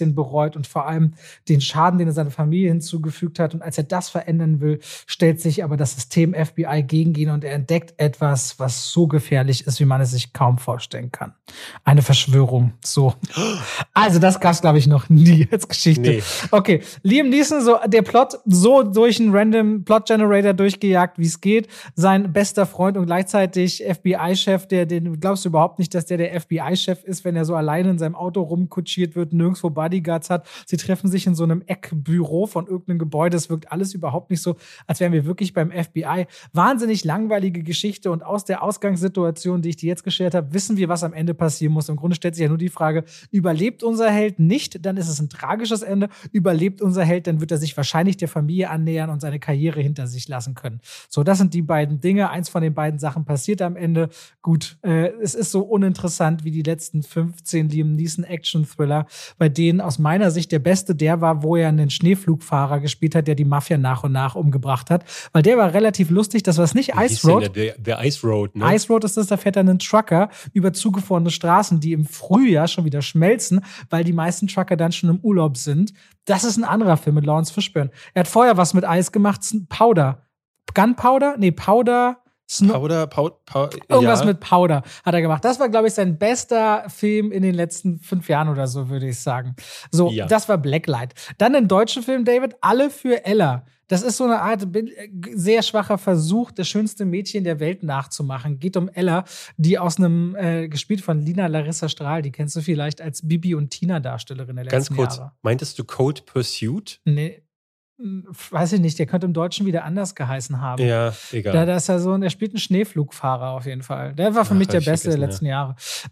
bisschen bereut und vor allem den Schaden, den er seiner Familie hinzugefügt hat. Und als er das verändern will, stellt sich aber das System FBI gegen ihn und er entdeckt etwas, was so gefährlich ist, wie man es sich kaum vorstellen kann. Eine Verschwörung. So. Also das gab es, glaube ich, noch nie als Geschichte. Nee. Okay, Liam Neeson, so der Plot so durch einen random Plot-Generator durchgejagt, wie es geht. Sein bester Freund und gleichzeitig FBI-Chef, den glaubst du überhaupt nicht, dass der FBI-Chef ist, wenn er so alleine in seinem Auto rumkutschiert wird, nirgendwo Bodyguards hat. Sie treffen sich in so einem Eckbüro von irgendeinem Gebäude. Es wirkt alles überhaupt nicht so, als wären wir wirklich beim FBI. Wahnsinnig langweilige Geschichte und aus der Ausgangssituation, die ich dir jetzt geschildert habe, wissen wir, was am Ende passieren muss. Im Grunde stellt sich ja nur die Frage, überlebt unser Held nicht, dann ist es ein tragisches Ende. Überlebt unser Held, dann wird er sich wahrscheinlich der Familie annähern und seine Karriere hinter sich lassen können. So, das sind die beiden Dinge. Eins von den beiden Sachen passiert am Ende. Gut, es ist so uninteressant wie die letzten 15 Liam Neeson Action-Thriller, bei denen aus meiner Sicht der beste der war, wo er einen Schneeflugfahrer gespielt hat, der die Mafia nach und nach umgebracht hat. Weil der war relativ lustig. Das war es nicht Ice Road. Der Ice Road, ne? Ice Road ist das, da fährt dann ein Trucker über zugefrorene Straßen, die im Frühjahr schon wieder schmelzen, weil die meisten Trucker dann schon im Urlaub sind. Das ist ein anderer Film mit Lawrence Fishburne. Er hat vorher was mit Eis gemacht, Powder. Gunpowder? Nee, Powder. Irgendwas mit Powder hat er gemacht. Das war, glaube ich, sein bester Film in den letzten 5 Jahren oder so, würde ich sagen. So, Das war Blacklight. Dann den deutschen Film, David, Alle für Ella. Das ist so eine Art sehr schwacher Versuch, das schönste Mädchen der Welt nachzumachen. Geht um Ella, die aus einem, gespielt von Lina Larissa Strahl, die kennst du vielleicht als Bibi und Tina-Darstellerin der letzten Jahre. Ganz kurz, meintest du Cold Pursuit? Nee. Weiß ich nicht, der könnte im Deutschen wieder anders geheißen haben. Ja, egal. Da ist er er spielt einen Schneeflugfahrer auf jeden Fall. Der war für mich der Beste der letzten Jahre.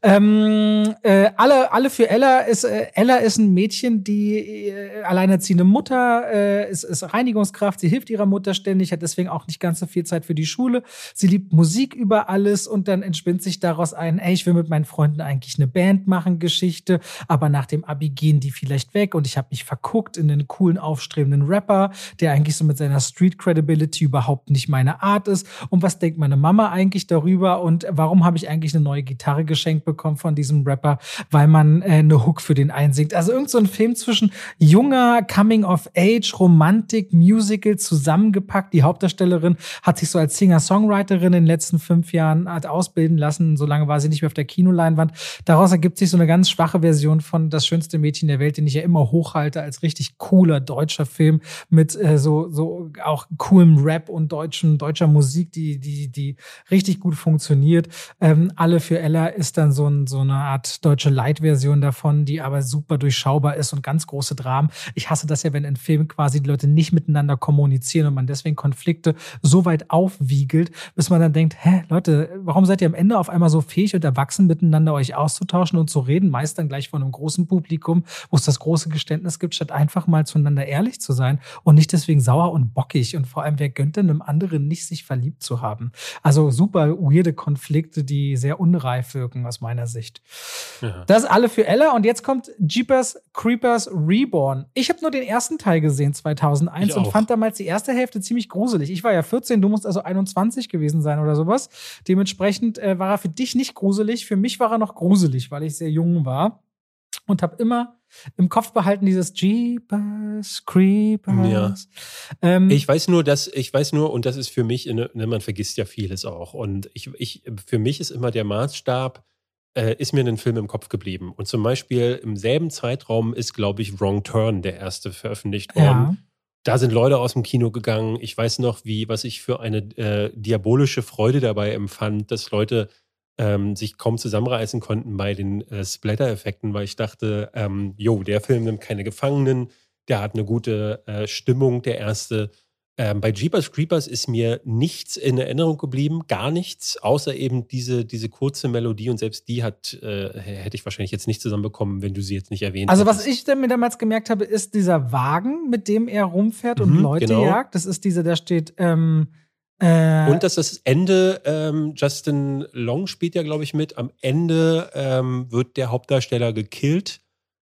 Alle für Ella ist ein Mädchen, die alleinerziehende Mutter, ist Reinigungskraft, sie hilft ihrer Mutter ständig, hat deswegen auch nicht ganz so viel Zeit für die Schule. Sie liebt Musik über alles und dann entspinnt sich daraus ich will mit meinen Freunden eigentlich eine Band machen, Geschichte, aber nach dem Abi gehen die vielleicht weg und ich habe mich verguckt in den coolen, aufstrebenden Rapper, der eigentlich so mit seiner Street Credibility überhaupt nicht meine Art ist. Und was denkt meine Mama eigentlich darüber? Und warum habe ich eigentlich eine neue Gitarre geschenkt bekommen von diesem Rapper? Weil man eine Hook für den einsingt. Also irgend so ein Film zwischen junger Coming-of-Age, Romantik, Musical zusammengepackt. Die Hauptdarstellerin hat sich so als Singer-Songwriterin in den letzten 5 Jahren ausbilden lassen. So lange war sie nicht mehr auf der Kinoleinwand. Daraus ergibt sich so eine ganz schwache Version von Das schönste Mädchen der Welt, den ich ja immer hochhalte als richtig cooler deutscher Film mit so auch coolem Rap und deutscher Musik, die richtig gut funktioniert. Alle für Ella ist dann so eine Art deutsche Light-Version davon, die aber super durchschaubar ist und ganz große Dramen. Ich hasse das ja, wenn in Filmen quasi die Leute nicht miteinander kommunizieren und man deswegen Konflikte so weit aufwiegelt, bis man dann denkt, Leute, warum seid ihr am Ende auf einmal so fähig und erwachsen, miteinander euch auszutauschen und zu reden, meist dann gleich von einem großen Publikum, wo es das große Geständnis gibt, statt einfach mal zueinander ehrlich zu sein und nicht deswegen sauer und bockig. Und vor allem, wer gönnt denn einem anderen nicht, sich verliebt zu haben? Also super weirde Konflikte, die sehr unreif wirken aus meiner Sicht. Ja. Das alle für Ella. Und jetzt kommt Jeepers Creepers Reborn. Ich habe nur den ersten Teil gesehen, 2001, und fand damals die erste Hälfte ziemlich gruselig. Ich war ja 14, du musst also 21 gewesen sein oder sowas. Dementsprechend war er für dich nicht gruselig. Für mich war er noch gruselig, weil ich sehr jung war. Und habe immer im Kopf behalten dieses Jeepers Creepers. Ja. Ich weiß nur, und das ist für mich, man vergisst ja vieles auch. Und für mich ist immer der Maßstab, ist mir ein Film im Kopf geblieben. Und zum Beispiel im selben Zeitraum ist, glaube ich, Wrong Turn, der erste, veröffentlicht worden. Ja. Da sind Leute aus dem Kino gegangen. Ich weiß noch, was ich für eine diabolische Freude dabei empfand, dass Leute sich kaum zusammenreißen konnten bei den Splatter-Effekten, weil ich dachte, der Film nimmt keine Gefangenen, der hat eine gute Stimmung, der erste. Bei Jeepers Creepers ist mir nichts in Erinnerung geblieben, gar nichts, außer eben diese kurze Melodie, und selbst die hätte ich wahrscheinlich jetzt nicht zusammenbekommen, wenn du sie jetzt nicht erwähnt hättest. Also was ich mir damals gemerkt habe, ist dieser Wagen, mit dem er rumfährt und Leute jagt. Das ist da steht und dass das Ende, Justin Long spielt ja, glaube ich, mit. Am Ende wird der Hauptdarsteller gekillt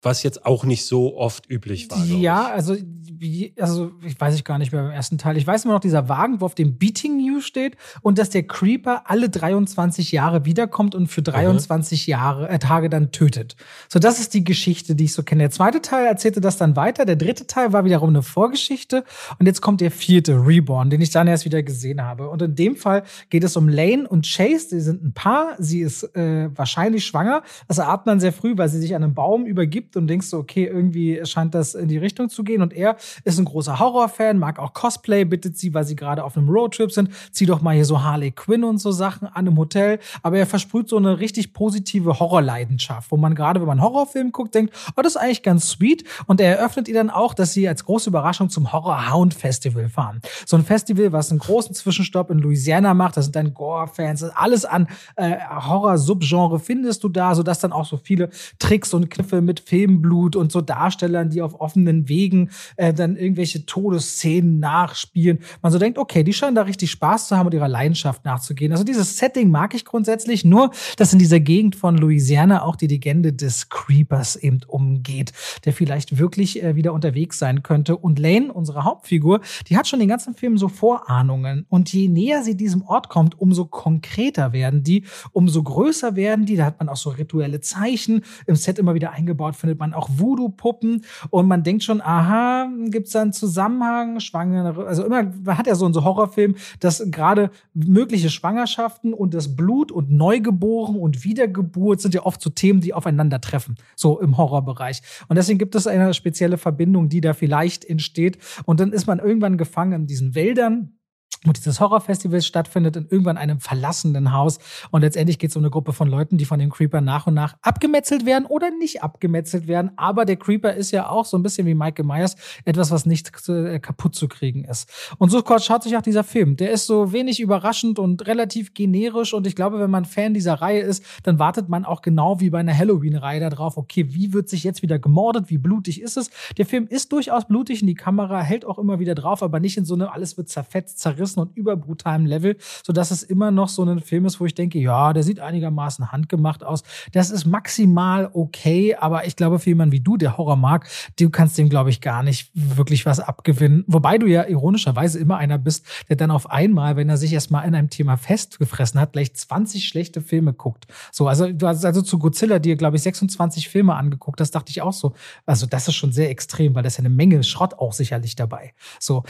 was jetzt auch nicht so oft üblich war. Ja, also ich weiß gar nicht mehr beim ersten Teil. Ich weiß immer noch, dieser Wagen, wo auf dem Beating You steht und dass der Creeper alle 23 Jahre wiederkommt und für 23 Tage dann tötet. So, das ist die Geschichte, die ich so kenne. Der zweite Teil erzählte das dann weiter. Der dritte Teil war wiederum eine Vorgeschichte. Und jetzt kommt der vierte, Reborn, den ich dann erst wieder gesehen habe. Und in dem Fall geht es um Lane und Chase. Sie sind ein Paar. Sie ist wahrscheinlich schwanger. Das erahnt man sehr früh, weil sie sich an einem Baum übergibt und denkst so, okay, irgendwie scheint das in die Richtung zu gehen. Und er ist ein großer Horrorfan, mag auch Cosplay, bittet sie, weil sie gerade auf einem Roadtrip sind, zieh doch mal hier so Harley Quinn und so Sachen an im Hotel. Aber er versprüht so eine richtig positive Horrorleidenschaft, wo man gerade, wenn man einen Horrorfilm guckt, denkt, oh, das ist eigentlich ganz sweet. Und er eröffnet ihr dann auch, dass sie als große Überraschung zum Horror Hound Festival fahren. So ein Festival, was einen großen Zwischenstopp in Louisiana macht. Das sind dann Gore-Fans. Alles an Horror-Subgenre findest du da, sodass dann auch so viele Tricks und Kniffe mit Filmblut und so Darstellern, die auf offenen Wegen dann irgendwelche Todesszenen nachspielen. Man so denkt, okay, die scheinen da richtig Spaß zu haben und ihrer Leidenschaft nachzugehen. Also dieses Setting mag ich grundsätzlich, nur dass in dieser Gegend von Louisiana auch die Legende des Creepers eben umgeht, der vielleicht wirklich wieder unterwegs sein könnte. Und Lane, unsere Hauptfigur, die hat schon den ganzen Film so Vorahnungen. Und je näher sie diesem Ort kommt, umso konkreter werden die, umso größer werden die. Da hat man auch so rituelle Zeichen. Im Set immer wieder eingebaut findet man auch Voodoo-Puppen. Und man denkt schon, aha, gibt es da einen Zusammenhang? Schwangere, also immer, man hat ja so einen Horrorfilm, dass gerade mögliche Schwangerschaften und das Blut und Neugeboren und Wiedergeburt sind ja oft so Themen, die aufeinandertreffen, so im Horrorbereich. Und deswegen gibt es eine spezielle Verbindung, die da vielleicht entsteht. Und dann ist man irgendwann gefangen in diesen Wäldern, wo dieses Horrorfestival stattfindet, in irgendwann einem verlassenen Haus. Und letztendlich geht es um eine Gruppe von Leuten, die von den Creepern nach und nach abgemetzelt werden oder nicht abgemetzelt werden. Aber der Creeper ist ja auch so ein bisschen wie Michael Myers, etwas, was nicht kaputt zu kriegen ist. Und so schaut sich auch dieser Film. Der ist so wenig überraschend und relativ generisch. Und ich glaube, wenn man Fan dieser Reihe ist, dann wartet man auch genau wie bei einer Halloween-Reihe darauf, okay, wie wird sich jetzt wieder gemordet? Wie blutig ist es? Der Film ist durchaus blutig und die Kamera hält auch immer wieder drauf, aber nicht in so einem alles wird zerfetzt, zerrissen und überbrutalem Level, sodass es immer noch so ein Film ist, wo ich denke, ja, der sieht einigermaßen handgemacht aus. Das ist maximal okay, aber ich glaube, für jemanden wie du, der Horror mag, du kannst dem, glaube ich, gar nicht wirklich was abgewinnen. Wobei du ja ironischerweise immer einer bist, der dann auf einmal, wenn er sich erstmal in einem Thema festgefressen hat, gleich 20 schlechte Filme guckt. So, also du hast also zu Godzilla dir, glaube ich, 26 Filme angeguckt. Das dachte ich auch so. Also das ist schon sehr extrem, weil da ist ja eine Menge Schrott auch sicherlich dabei. So,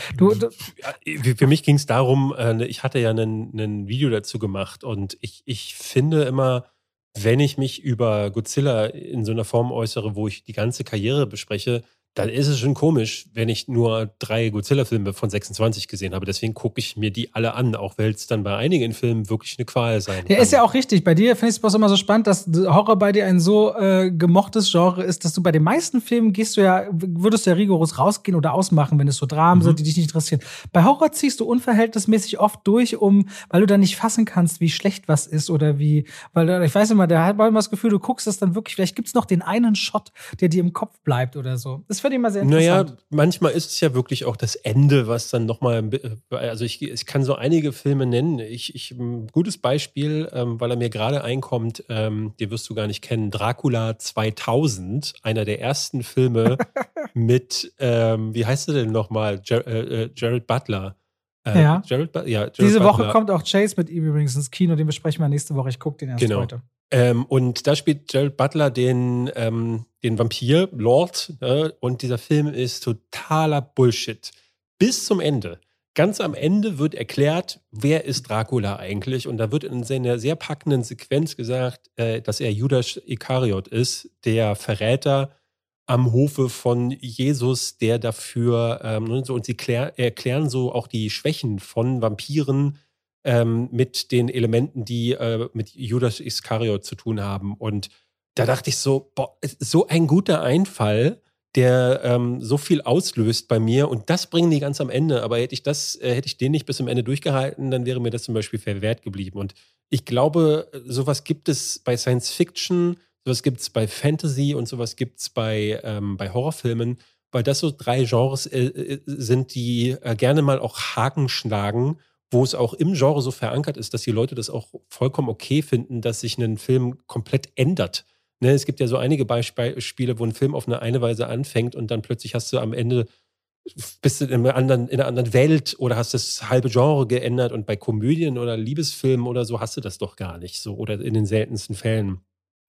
für mich ging es darum, ich hatte ja ein Video dazu gemacht und ich finde immer, wenn ich mich über Godzilla in so einer Form äußere, wo ich die ganze Karriere bespreche, dann ist es schon komisch, wenn ich nur 3 Godzilla-Filme von 26 gesehen habe. Deswegen gucke ich mir die alle an, auch weil es dann bei einigen Filmen wirklich eine Qual sein kann. Ja, ist ja auch richtig. Bei dir finde ich es bloß immer so spannend, dass Horror bei dir ein so gemochtes Genre ist, dass du bei den meisten Filmen würdest du ja rigoros rausgehen oder ausmachen, wenn es so Dramen sind, die dich nicht interessieren. Bei Horror ziehst du unverhältnismäßig oft durch, weil du dann nicht fassen kannst, wie schlecht was ist oder ich weiß immer, da hat man immer das Gefühl, du guckst es dann wirklich, vielleicht gibt es noch den einen Shot, der dir im Kopf bleibt oder so. Das finde ich immer sehr interessant. Naja, manchmal ist es ja wirklich auch das Ende, was dann nochmal, also ich kann so einige Filme nennen. Ein gutes Beispiel, weil er mir gerade einkommt, den wirst du gar nicht kennen, Dracula 2000, einer der ersten Filme mit, wie heißt er denn nochmal, Jared Butler. Ja. Jared Diese Butler. Woche kommt auch Chase mit ihm übrigens ins Kino, den besprechen wir nächste Woche. Ich gucke den erst heute. Und da spielt Jared Butler den Vampir, Lord, und dieser Film ist totaler Bullshit. Bis zum Ende. Ganz am Ende wird erklärt, wer ist Dracula eigentlich? Und da wird in einer sehr packenden Sequenz gesagt, dass er Judas Iskariot ist, der Verräter am Hofe von Jesus, der dafür, und sie erklären so auch die Schwächen von Vampiren, mit den Elementen, die mit Judas Iskariot zu tun haben. Und da dachte ich so, boah, so ein guter Einfall, der so viel auslöst bei mir. Und das bringen die ganz am Ende. Aber hätte ich den nicht bis zum Ende durchgehalten, dann wäre mir das zum Beispiel verwehrt geblieben. Und ich glaube, sowas gibt es bei Science Fiction, sowas gibt es bei Fantasy und sowas gibt es bei Horrorfilmen, weil das so 3 Genres sind, die gerne mal auch Haken schlagen, wo es auch im Genre so verankert ist, dass die Leute das auch vollkommen okay finden, dass sich ein Film komplett ändert. Ne, es gibt ja so einige Beispiele, wo ein Film auf eine Weise anfängt und dann plötzlich hast du am Ende, bist du in einer anderen Welt oder hast das halbe Genre geändert und bei Komödien oder Liebesfilmen oder so hast du das doch gar nicht so oder in den seltensten Fällen.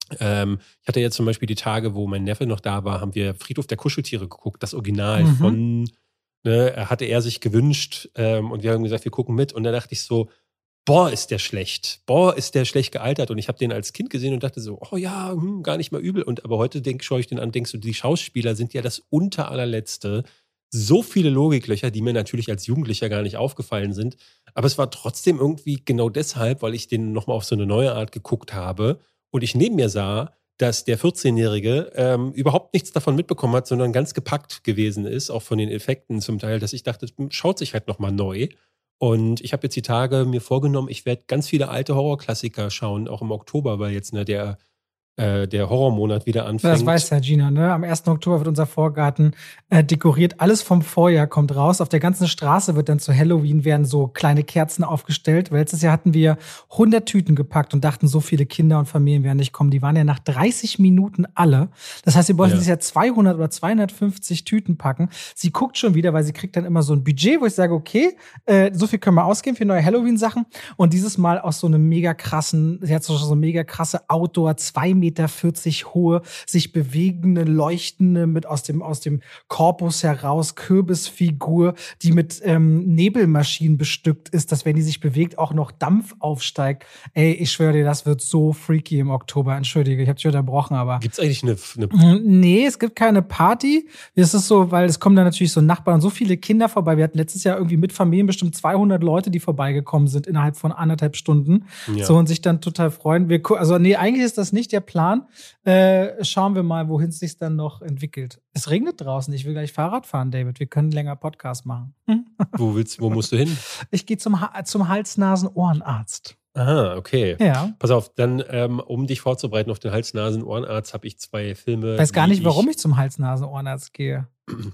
Ich hatte jetzt zum Beispiel die Tage, wo mein Neffe noch da war, haben wir Friedhof der Kuscheltiere geguckt, das Original von, ne, hatte er sich gewünscht und wir haben gesagt, wir gucken mit und da dachte ich so, boah, ist der schlecht. Boah, ist der schlecht gealtert. Und ich habe den als Kind gesehen und dachte so, oh ja, gar nicht mal übel. Aber heute schaue ich den an, denkst du, die Schauspieler sind ja das unter allerletzte. So viele Logiklöcher, die mir natürlich als Jugendlicher gar nicht aufgefallen sind. Aber es war trotzdem irgendwie genau deshalb, weil ich den nochmal auf so eine neue Art geguckt habe und ich neben mir sah, dass der 14-Jährige überhaupt nichts davon mitbekommen hat, sondern ganz gepackt gewesen ist, auch von den Effekten zum Teil, dass ich dachte, schaut sich halt nochmal neu. Und ich habe jetzt die Tage mir vorgenommen, ich werde ganz viele alte Horrorklassiker schauen, auch im Oktober, weil jetzt der Horrormonat wieder anfängt. Das weiß ja Gina, ne? Am 1. Oktober wird unser Vorgarten dekoriert. Alles vom Vorjahr kommt raus. Auf der ganzen Straße wird dann zu Halloween werden so kleine Kerzen aufgestellt. Weil letztes Jahr hatten wir 100 Tüten gepackt und dachten, so viele Kinder und Familien werden nicht kommen. Die waren ja nach 30 Minuten alle. Das heißt, wir wollten dieses Jahr 200 oder 250 Tüten packen. Sie guckt schon wieder, weil sie kriegt dann immer so ein Budget, wo ich sage, okay, so viel können wir ausgeben für neue Halloween-Sachen. Und dieses Mal aus so einem mega krassen, sie hat so eine mega krasse Outdoor, 2,40 Meter hohe, sich bewegende, leuchtende, mit aus dem Korpus heraus Kürbisfigur, die mit Nebelmaschinen bestückt ist, dass wenn die sich bewegt, auch noch Dampf aufsteigt. Ey, ich schwöre dir, das wird so freaky im Oktober. Entschuldige, ich habe dich unterbrochen, aber. Gibt's eigentlich eine Nee, es gibt keine Party. Es ist so, weil es kommen dann natürlich so Nachbarn, so viele Kinder vorbei. Wir hatten letztes Jahr irgendwie mit Familien bestimmt 200 Leute, die vorbeigekommen sind innerhalb von 1,5 Stunden. Ja. So und sich dann total freuen. Also nee, eigentlich ist das nicht der Plan. Schauen wir mal, wohin es sich dann noch entwickelt. Es regnet draußen. Ich will gleich Fahrrad fahren, David. Wir können länger Podcast machen. Wo musst du hin? Ich gehe zum Hals-Nasen-Ohrenarzt. Aha, okay. Ja. Pass auf, dann, um dich vorzubereiten auf den Hals-Nasen-Ohrenarzt, habe ich 2 Filme. Ich weiß gar nicht, warum ich zum Hals-Nasen-Ohrenarzt gehe.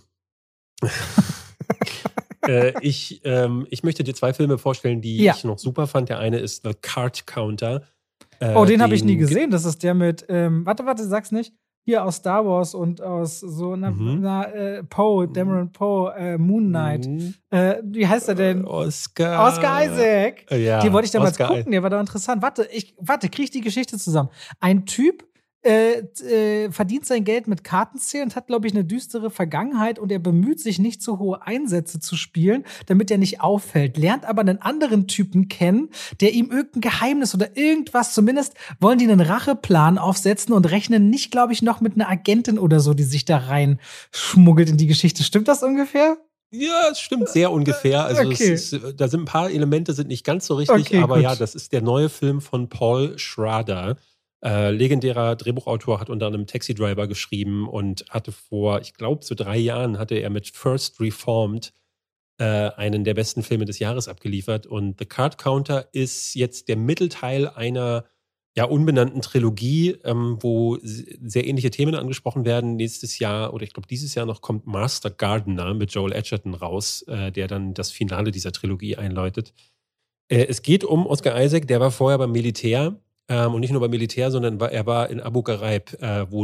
Ich möchte dir 2 Filme vorstellen, die ich noch super fand. Der eine ist The Card Counter. Den habe ich nie gesehen. Das ist der mit, warte, sag's nicht. Hier aus Star Wars und aus so Poe, Dameron Poe, Moon Knight. Wie heißt er denn? Oscar Isaac. Ja, die wollte ich damals gucken, der war doch interessant. Warte, krieg ich die Geschichte zusammen. Ein Typ verdient sein Geld mit Kartenzählen und hat, glaube ich, eine düstere Vergangenheit und er bemüht sich, nicht zu hohe Einsätze zu spielen, damit er nicht auffällt. Lernt aber einen anderen Typen kennen, der ihm irgendein Geheimnis oder irgendwas, zumindest wollen die einen Racheplan aufsetzen und rechnen nicht, glaube ich, noch mit einer Agentin oder so, die sich da rein schmuggelt in die Geschichte. Stimmt das ungefähr? Ja, es stimmt sehr ungefähr. Also okay. Da sind ein paar Elemente sind nicht ganz so richtig, okay, aber gut. Ja, das ist der neue Film von Paul Schrader. Legendärer Drehbuchautor, hat unter anderem Taxi Driver geschrieben und hatte vor, ich glaube, so 3 Jahren hatte er mit First Reformed einen der besten Filme des Jahres abgeliefert. Und The Card Counter ist jetzt der Mittelteil einer unbenannten Trilogie, wo sehr ähnliche Themen angesprochen werden. Nächstes Jahr oder ich glaube dieses Jahr noch kommt Master Gardener mit Joel Edgerton raus, der dann das Finale dieser Trilogie einläutet. Es geht um Oscar Isaac, der war vorher beim Militär. Und nicht nur beim Militär, sondern er war in Abu Ghraib, wo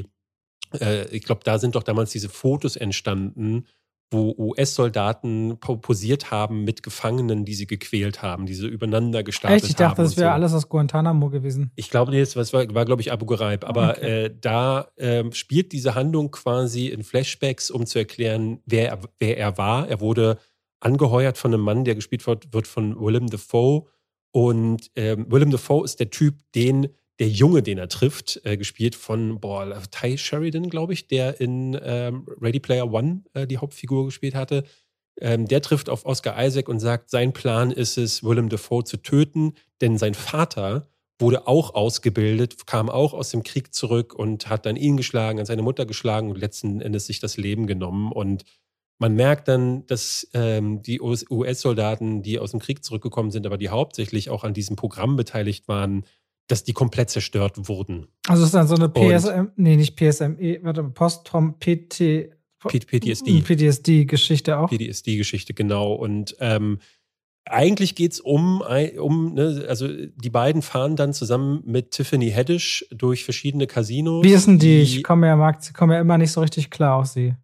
ich glaube, da sind doch damals diese Fotos entstanden, wo US-Soldaten posiert haben mit Gefangenen, die sie gequält haben, die sie übereinander gestapelt haben. Echt? Ich dachte, das wäre alles aus Guantanamo gewesen. Ich glaube, das war glaube ich, Abu Ghraib. Aber da spielt diese Handlung quasi in Flashbacks, um zu erklären, wer er war. Er wurde angeheuert von einem Mann, der gespielt wird von Willem Dafoe. Und Willem Dafoe ist der Typ, der Junge, den er trifft, gespielt von Ty Sheridan, glaube ich, der in Ready Player One die Hauptfigur gespielt hatte. Der trifft auf Oscar Isaac und sagt, sein Plan ist es, Willem Dafoe zu töten, denn sein Vater wurde auch ausgebildet, kam auch aus dem Krieg zurück und hat dann ihn geschlagen, an seine Mutter geschlagen und letzten Endes sich das Leben genommen. Und man merkt dann, dass die US-Soldaten, die aus dem Krieg zurückgekommen sind, aber die hauptsächlich auch an diesem Programm beteiligt waren, dass die komplett zerstört wurden. Also es ist dann so eine PTSD-Geschichte auch? PTSD-Geschichte, genau. Und Eigentlich geht es also die beiden fahren dann zusammen mit Tiffany Haddish durch verschiedene Casinos. Wie ist denn die? Ich komme ja immer nicht so richtig klar auf sie.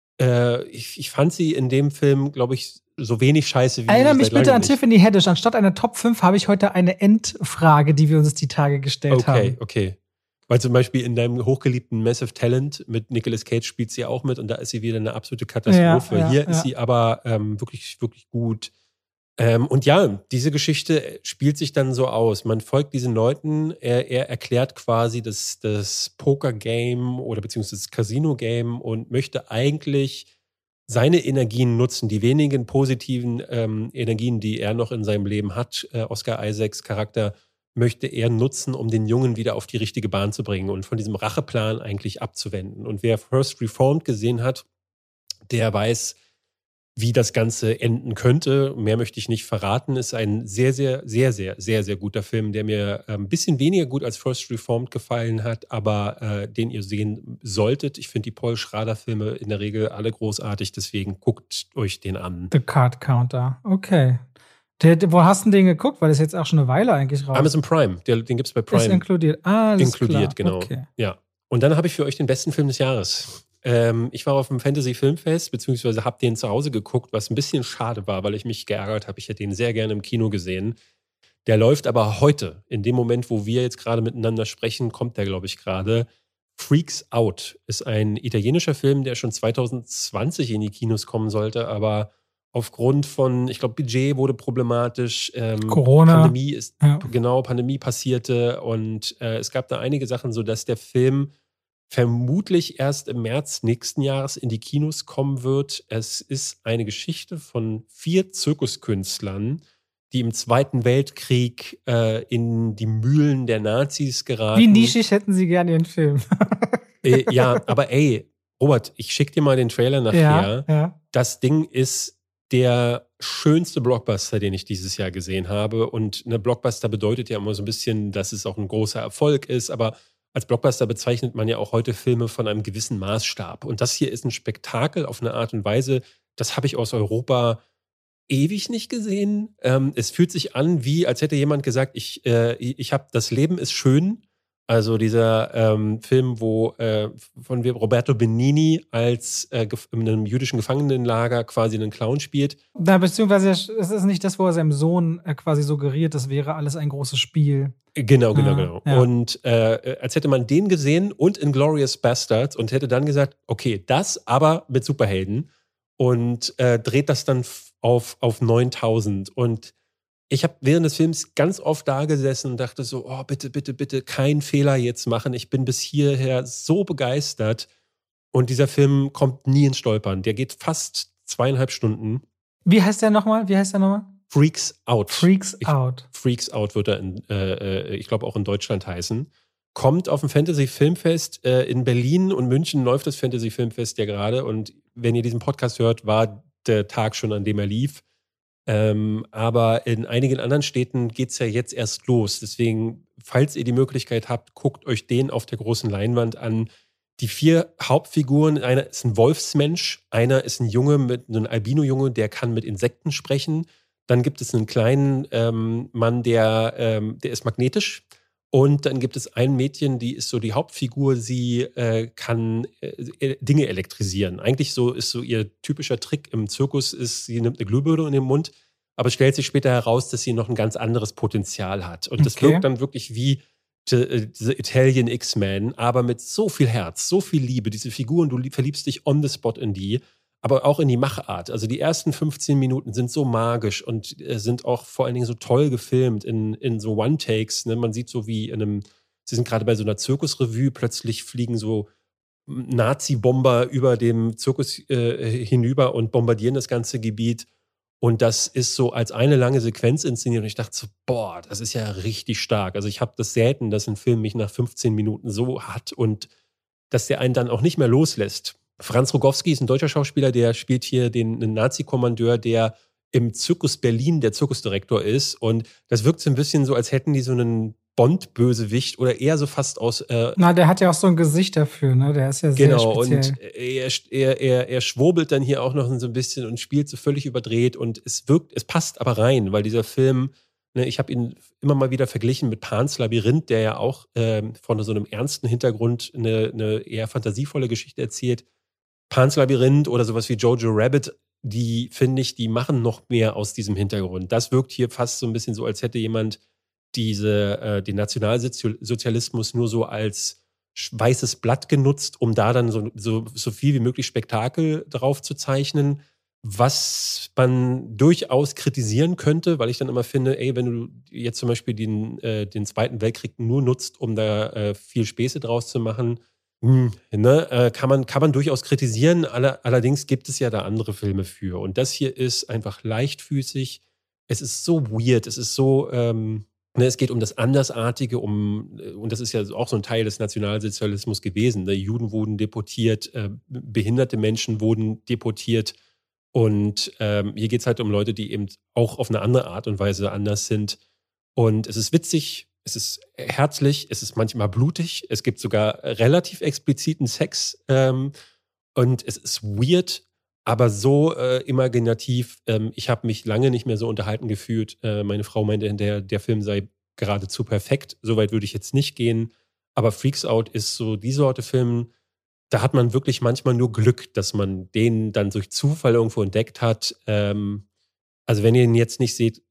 Ich fand sie in dem Film, glaube ich, so wenig scheiße wie Erinnere mich bitte an Tiffany Haddish. Anstatt einer Top 5 habe ich heute eine Endfrage, die wir uns die Tage gestellt haben. Okay. Weil zum Beispiel in deinem hochgeliebten Massive Talent mit Nicolas Cage spielt sie auch mit und da ist sie wieder eine absolute Katastrophe. Hier ist sie aber wirklich, wirklich gut. Und ja, diese Geschichte spielt sich dann so aus. Man folgt diesen Leuten, er erklärt quasi das Poker-Game oder beziehungsweise das Casino-Game und möchte eigentlich seine Energien nutzen, die wenigen positiven Energien, die er noch in seinem Leben hat. Oscar Isaacs Charakter möchte er nutzen, um den Jungen wieder auf die richtige Bahn zu bringen und von diesem Racheplan eigentlich abzuwenden. Und wer First Reformed gesehen hat, der weiß, wie das Ganze enden könnte. Mehr möchte ich nicht verraten. Ist ein sehr, sehr, sehr, sehr, sehr, sehr guter Film, der mir ein bisschen weniger gut als First Reformed gefallen hat, aber den ihr sehen solltet. Ich finde die Paul Schrader-Filme in der Regel alle großartig, deswegen guckt euch den an. The Card Counter, okay. Wo hast du den geguckt? Weil das jetzt auch schon eine Weile eigentlich raus. Amazon Prime, den gibt es bei Prime. Ist inkludiert. Inkludiert, klar. genau. Okay. Ja. Und dann habe ich für euch den besten Film des Jahres. Ich war auf dem Fantasy-Filmfest, beziehungsweise habe den zu Hause geguckt, was ein bisschen schade war, weil ich mich geärgert habe. Ich hätte den sehr gerne im Kino gesehen. Der läuft aber heute, in dem Moment, wo wir jetzt gerade miteinander sprechen, kommt der, glaube ich, gerade. Freaks Out ist ein italienischer Film, der schon 2020 in die Kinos kommen sollte, aber aufgrund von, ich glaube, Budget wurde problematisch. Corona. Pandemie passierte und es gab da einige Sachen, sodass der Film vermutlich erst im März nächsten Jahres in die Kinos kommen wird. Es ist eine Geschichte von 4 Zirkuskünstlern, die im Zweiten Weltkrieg in die Mühlen der Nazis geraten. Wie nischig hätten sie gerne ihren Film? Ja, aber ey, Robert, ich schicke dir mal den Trailer nachher. Ja. Das Ding ist der schönste Blockbuster, den ich dieses Jahr gesehen habe. Und eine Blockbuster bedeutet ja immer so ein bisschen, dass es auch ein großer Erfolg ist, aber als Blockbuster bezeichnet man ja auch heute Filme von einem gewissen Maßstab. Und das hier ist ein Spektakel auf eine Art und Weise, das habe ich aus Europa ewig nicht gesehen. Es fühlt sich an, wie als hätte jemand gesagt, ich habe das Leben ist schön. Also dieser Film, wo von Roberto Benigni als in einem jüdischen Gefangenenlager quasi einen Clown spielt. Beziehungsweise es ist nicht das, wo er seinem Sohn quasi suggeriert, das wäre alles ein großes Spiel. Genau. Ja. Und als hätte man den gesehen und Inglourious Basterds und hätte dann gesagt, okay, das aber mit Superhelden und dreht das dann auf 9000. Und ich habe während des Films ganz oft da gesessen und dachte so, oh, bitte, bitte, bitte, keinen Fehler jetzt machen. Ich bin bis hierher so begeistert. Und dieser Film kommt nie ins Stolpern. Der geht fast 2,5 Stunden. Wie heißt der nochmal? Freaks Out. Freaks Out wird er, ich glaube, auch in Deutschland heißen. Kommt auf dem Fantasy-Filmfest in Berlin und München läuft das Fantasy-Filmfest ja gerade. Und wenn ihr diesen Podcast hört, war der Tag schon, an dem er lief. Aber in einigen anderen Städten geht es ja jetzt erst los. Deswegen, falls ihr die Möglichkeit habt, guckt euch den auf der großen Leinwand an. Die 4 Hauptfiguren, einer ist ein Wolfsmensch, einer ist ein ein Albino-Junge, der kann mit Insekten sprechen. Dann gibt es einen kleinen Mann, der ist magnetisch. Und dann gibt es ein Mädchen, die ist so die Hauptfigur, sie kann Dinge elektrisieren. Eigentlich ist so ihr typischer Trick im Zirkus ist, sie nimmt eine Glühbirne in den Mund, aber stellt sich später heraus, dass sie noch ein ganz anderes Potenzial hat. Und das wirkt dann wirklich wie diese Italian X-Men, aber mit so viel Herz, so viel Liebe. Diese Figuren, du verliebst dich on the spot in die, aber auch in die Machart. Also die ersten 15 Minuten sind so magisch und sind auch vor allen Dingen so toll gefilmt in so One-Takes. Ne? Man sieht so wie sie sind gerade bei so einer Zirkusrevue, plötzlich fliegen so Nazi-Bomber über dem Zirkus hinüber und bombardieren das ganze Gebiet. Und das ist so als eine lange Sequenz inszeniert. Und ich dachte so, boah, das ist ja richtig stark. Also ich habe das selten, dass ein Film mich nach 15 Minuten so hat und dass der einen dann auch nicht mehr loslässt. Franz Rogowski ist ein deutscher Schauspieler, der spielt hier einen Nazi-Kommandeur, der im Zirkus Berlin der Zirkusdirektor ist. Und das wirkt so ein bisschen so, als hätten die so einen Bond-Bösewicht oder eher so fast aus. Der hat ja auch so ein Gesicht dafür, ne? Der ist ja sehr speziell. Genau, und er schwurbelt dann hier auch noch so ein bisschen und spielt so völlig überdreht und es passt aber rein, weil dieser Film, ne, ich habe ihn immer mal wieder verglichen mit Pans Labyrinth, der ja auch von so einem ernsten Hintergrund eine eher fantasievolle Geschichte erzählt. Pans Labyrinth oder sowas wie Jojo Rabbit, die, finde ich, die machen noch mehr aus diesem Hintergrund. Das wirkt hier fast so ein bisschen so, als hätte jemand den Nationalsozialismus nur so als weißes Blatt genutzt, um da dann so viel wie möglich Spektakel drauf zu zeichnen, was man durchaus kritisieren könnte, weil ich dann immer finde, wenn du jetzt zum Beispiel den Zweiten Weltkrieg nur nutzt, um da viel Späße draus zu machen, kann man durchaus kritisieren, allerdings gibt es ja da andere Filme für. Und das hier ist einfach leichtfüßig, es ist so weird, es ist so, es geht um das Andersartige, und das ist ja auch so ein Teil des Nationalsozialismus gewesen. Juden wurden deportiert, behinderte Menschen wurden deportiert. Und hier geht es halt um Leute, die eben auch auf eine andere Art und Weise anders sind. Und es ist witzig, es ist herzlich, es ist manchmal blutig. Es gibt sogar relativ expliziten Sex. Und es ist weird, aber so imaginativ. Ich habe mich lange nicht mehr so unterhalten gefühlt. Meine Frau meinte hinterher, der Film sei geradezu perfekt. Soweit würde ich jetzt nicht gehen. Aber Freaks Out ist so die Sorte Film, da hat man wirklich manchmal nur Glück, dass man den dann durch Zufall irgendwo entdeckt hat. Also wenn ihr ihn jetzt nicht seht,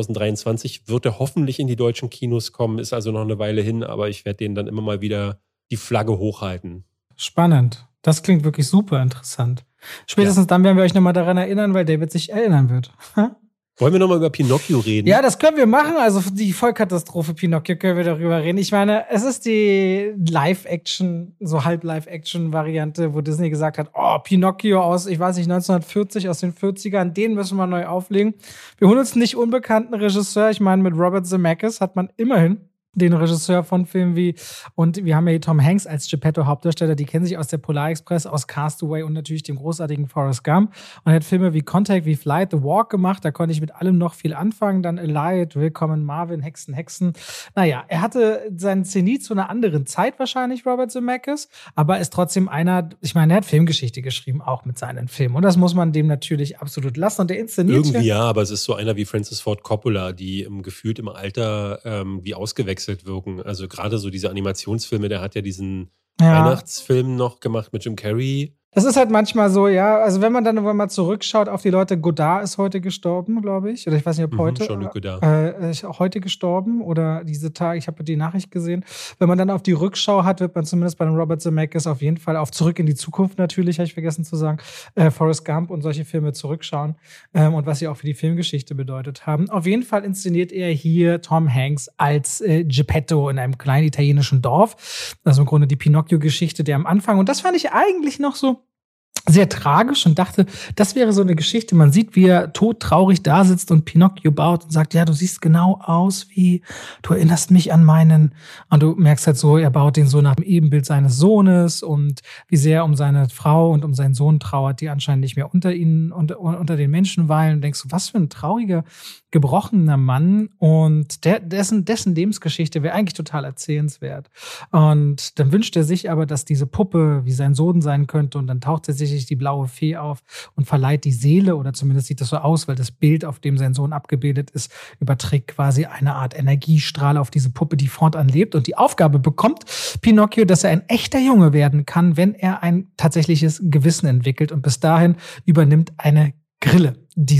2023 wird er hoffentlich in die deutschen Kinos kommen, ist also noch eine Weile hin, aber ich werde denen dann immer mal wieder die Flagge hochhalten. Spannend. Das klingt wirklich super interessant. Spätestens dann werden wir euch nochmal daran erinnern, weil David sich erinnern wird. Wollen wir nochmal über Pinocchio reden? Ja, das können wir machen. Also die Vollkatastrophe Pinocchio können wir darüber reden. Ich meine, es ist die Live-Action, so Halb-Live-Action-Variante, wo Disney gesagt hat, Pinocchio aus, ich weiß nicht, 1940, aus den 40ern, den müssen wir neu auflegen. Wir holen uns einen nicht unbekannten Regisseur. Ich meine, mit Robert Zemeckis hat man immerhin den Regisseur von Filmen wie, und wir haben ja hier Tom Hanks als Geppetto-Hauptdarsteller, die kennen sich aus der Polar Express, aus Castaway und natürlich dem großartigen Forrest Gump. Und er hat Filme wie Contact, wie Flight, The Walk gemacht, da konnte ich mit allem noch viel anfangen. Dann Elliot, Willkommen Marvin, Hexen. Naja, er hatte seinen Zenit zu einer anderen Zeit wahrscheinlich, Robert Zemeckis, aber ist trotzdem einer, ich meine, er hat Filmgeschichte geschrieben, auch mit seinen Filmen. Und das muss man dem natürlich absolut lassen. Und der inszeniert irgendwie ja, aber es ist so einer wie Francis Ford Coppola, die gefühlt im Alter wie ausgewechselt wirken. Also gerade so diese Animationsfilme, der hat ja diesen Weihnachtsfilm noch gemacht mit Jim Carrey. Das ist halt manchmal so, ja, also wenn man dann irgendwann mal zurückschaut auf die Leute, Godard ist heute gestorben, glaube ich, oder ich weiß nicht, ob heute, Jean-Luc Godard. Heute gestorben oder diese Tage, ich habe die Nachricht gesehen. Wenn man dann auf die Rückschau hat, wird man zumindest bei dem Robert Zemeckis auf jeden Fall auf Zurück in die Zukunft natürlich, habe ich vergessen zu sagen, Forrest Gump und solche Filme zurückschauen und was sie auch für die Filmgeschichte bedeutet haben. Auf jeden Fall inszeniert er hier Tom Hanks als Geppetto in einem kleinen italienischen Dorf. Also im Grunde die Pinocchio-Geschichte, der am Anfang, und das fand ich eigentlich noch so sehr tragisch und dachte, das wäre so eine Geschichte. Man sieht, wie er todtraurig da sitzt und Pinocchio baut und sagt, ja, du siehst genau aus wie, du erinnerst mich an meinen. Und du merkst halt so, er baut den so nach dem Ebenbild seines Sohnes und wie sehr er um seine Frau und um seinen Sohn trauert, die anscheinend nicht mehr unter ihnen und unter den Menschen weilen. Und denkst du, was für ein trauriger, gebrochener Mann, und dessen Lebensgeschichte wäre eigentlich total erzählenswert. Und dann wünscht er sich aber, dass diese Puppe wie sein Sohn sein könnte, und dann taucht tatsächlich die blaue Fee auf und verleiht die Seele, oder zumindest sieht das so aus, weil das Bild, auf dem sein Sohn abgebildet ist, überträgt quasi eine Art Energiestrahl auf diese Puppe, die fortan lebt, und die Aufgabe bekommt Pinocchio, dass er ein echter Junge werden kann, wenn er ein tatsächliches Gewissen entwickelt, und bis dahin übernimmt eine Grille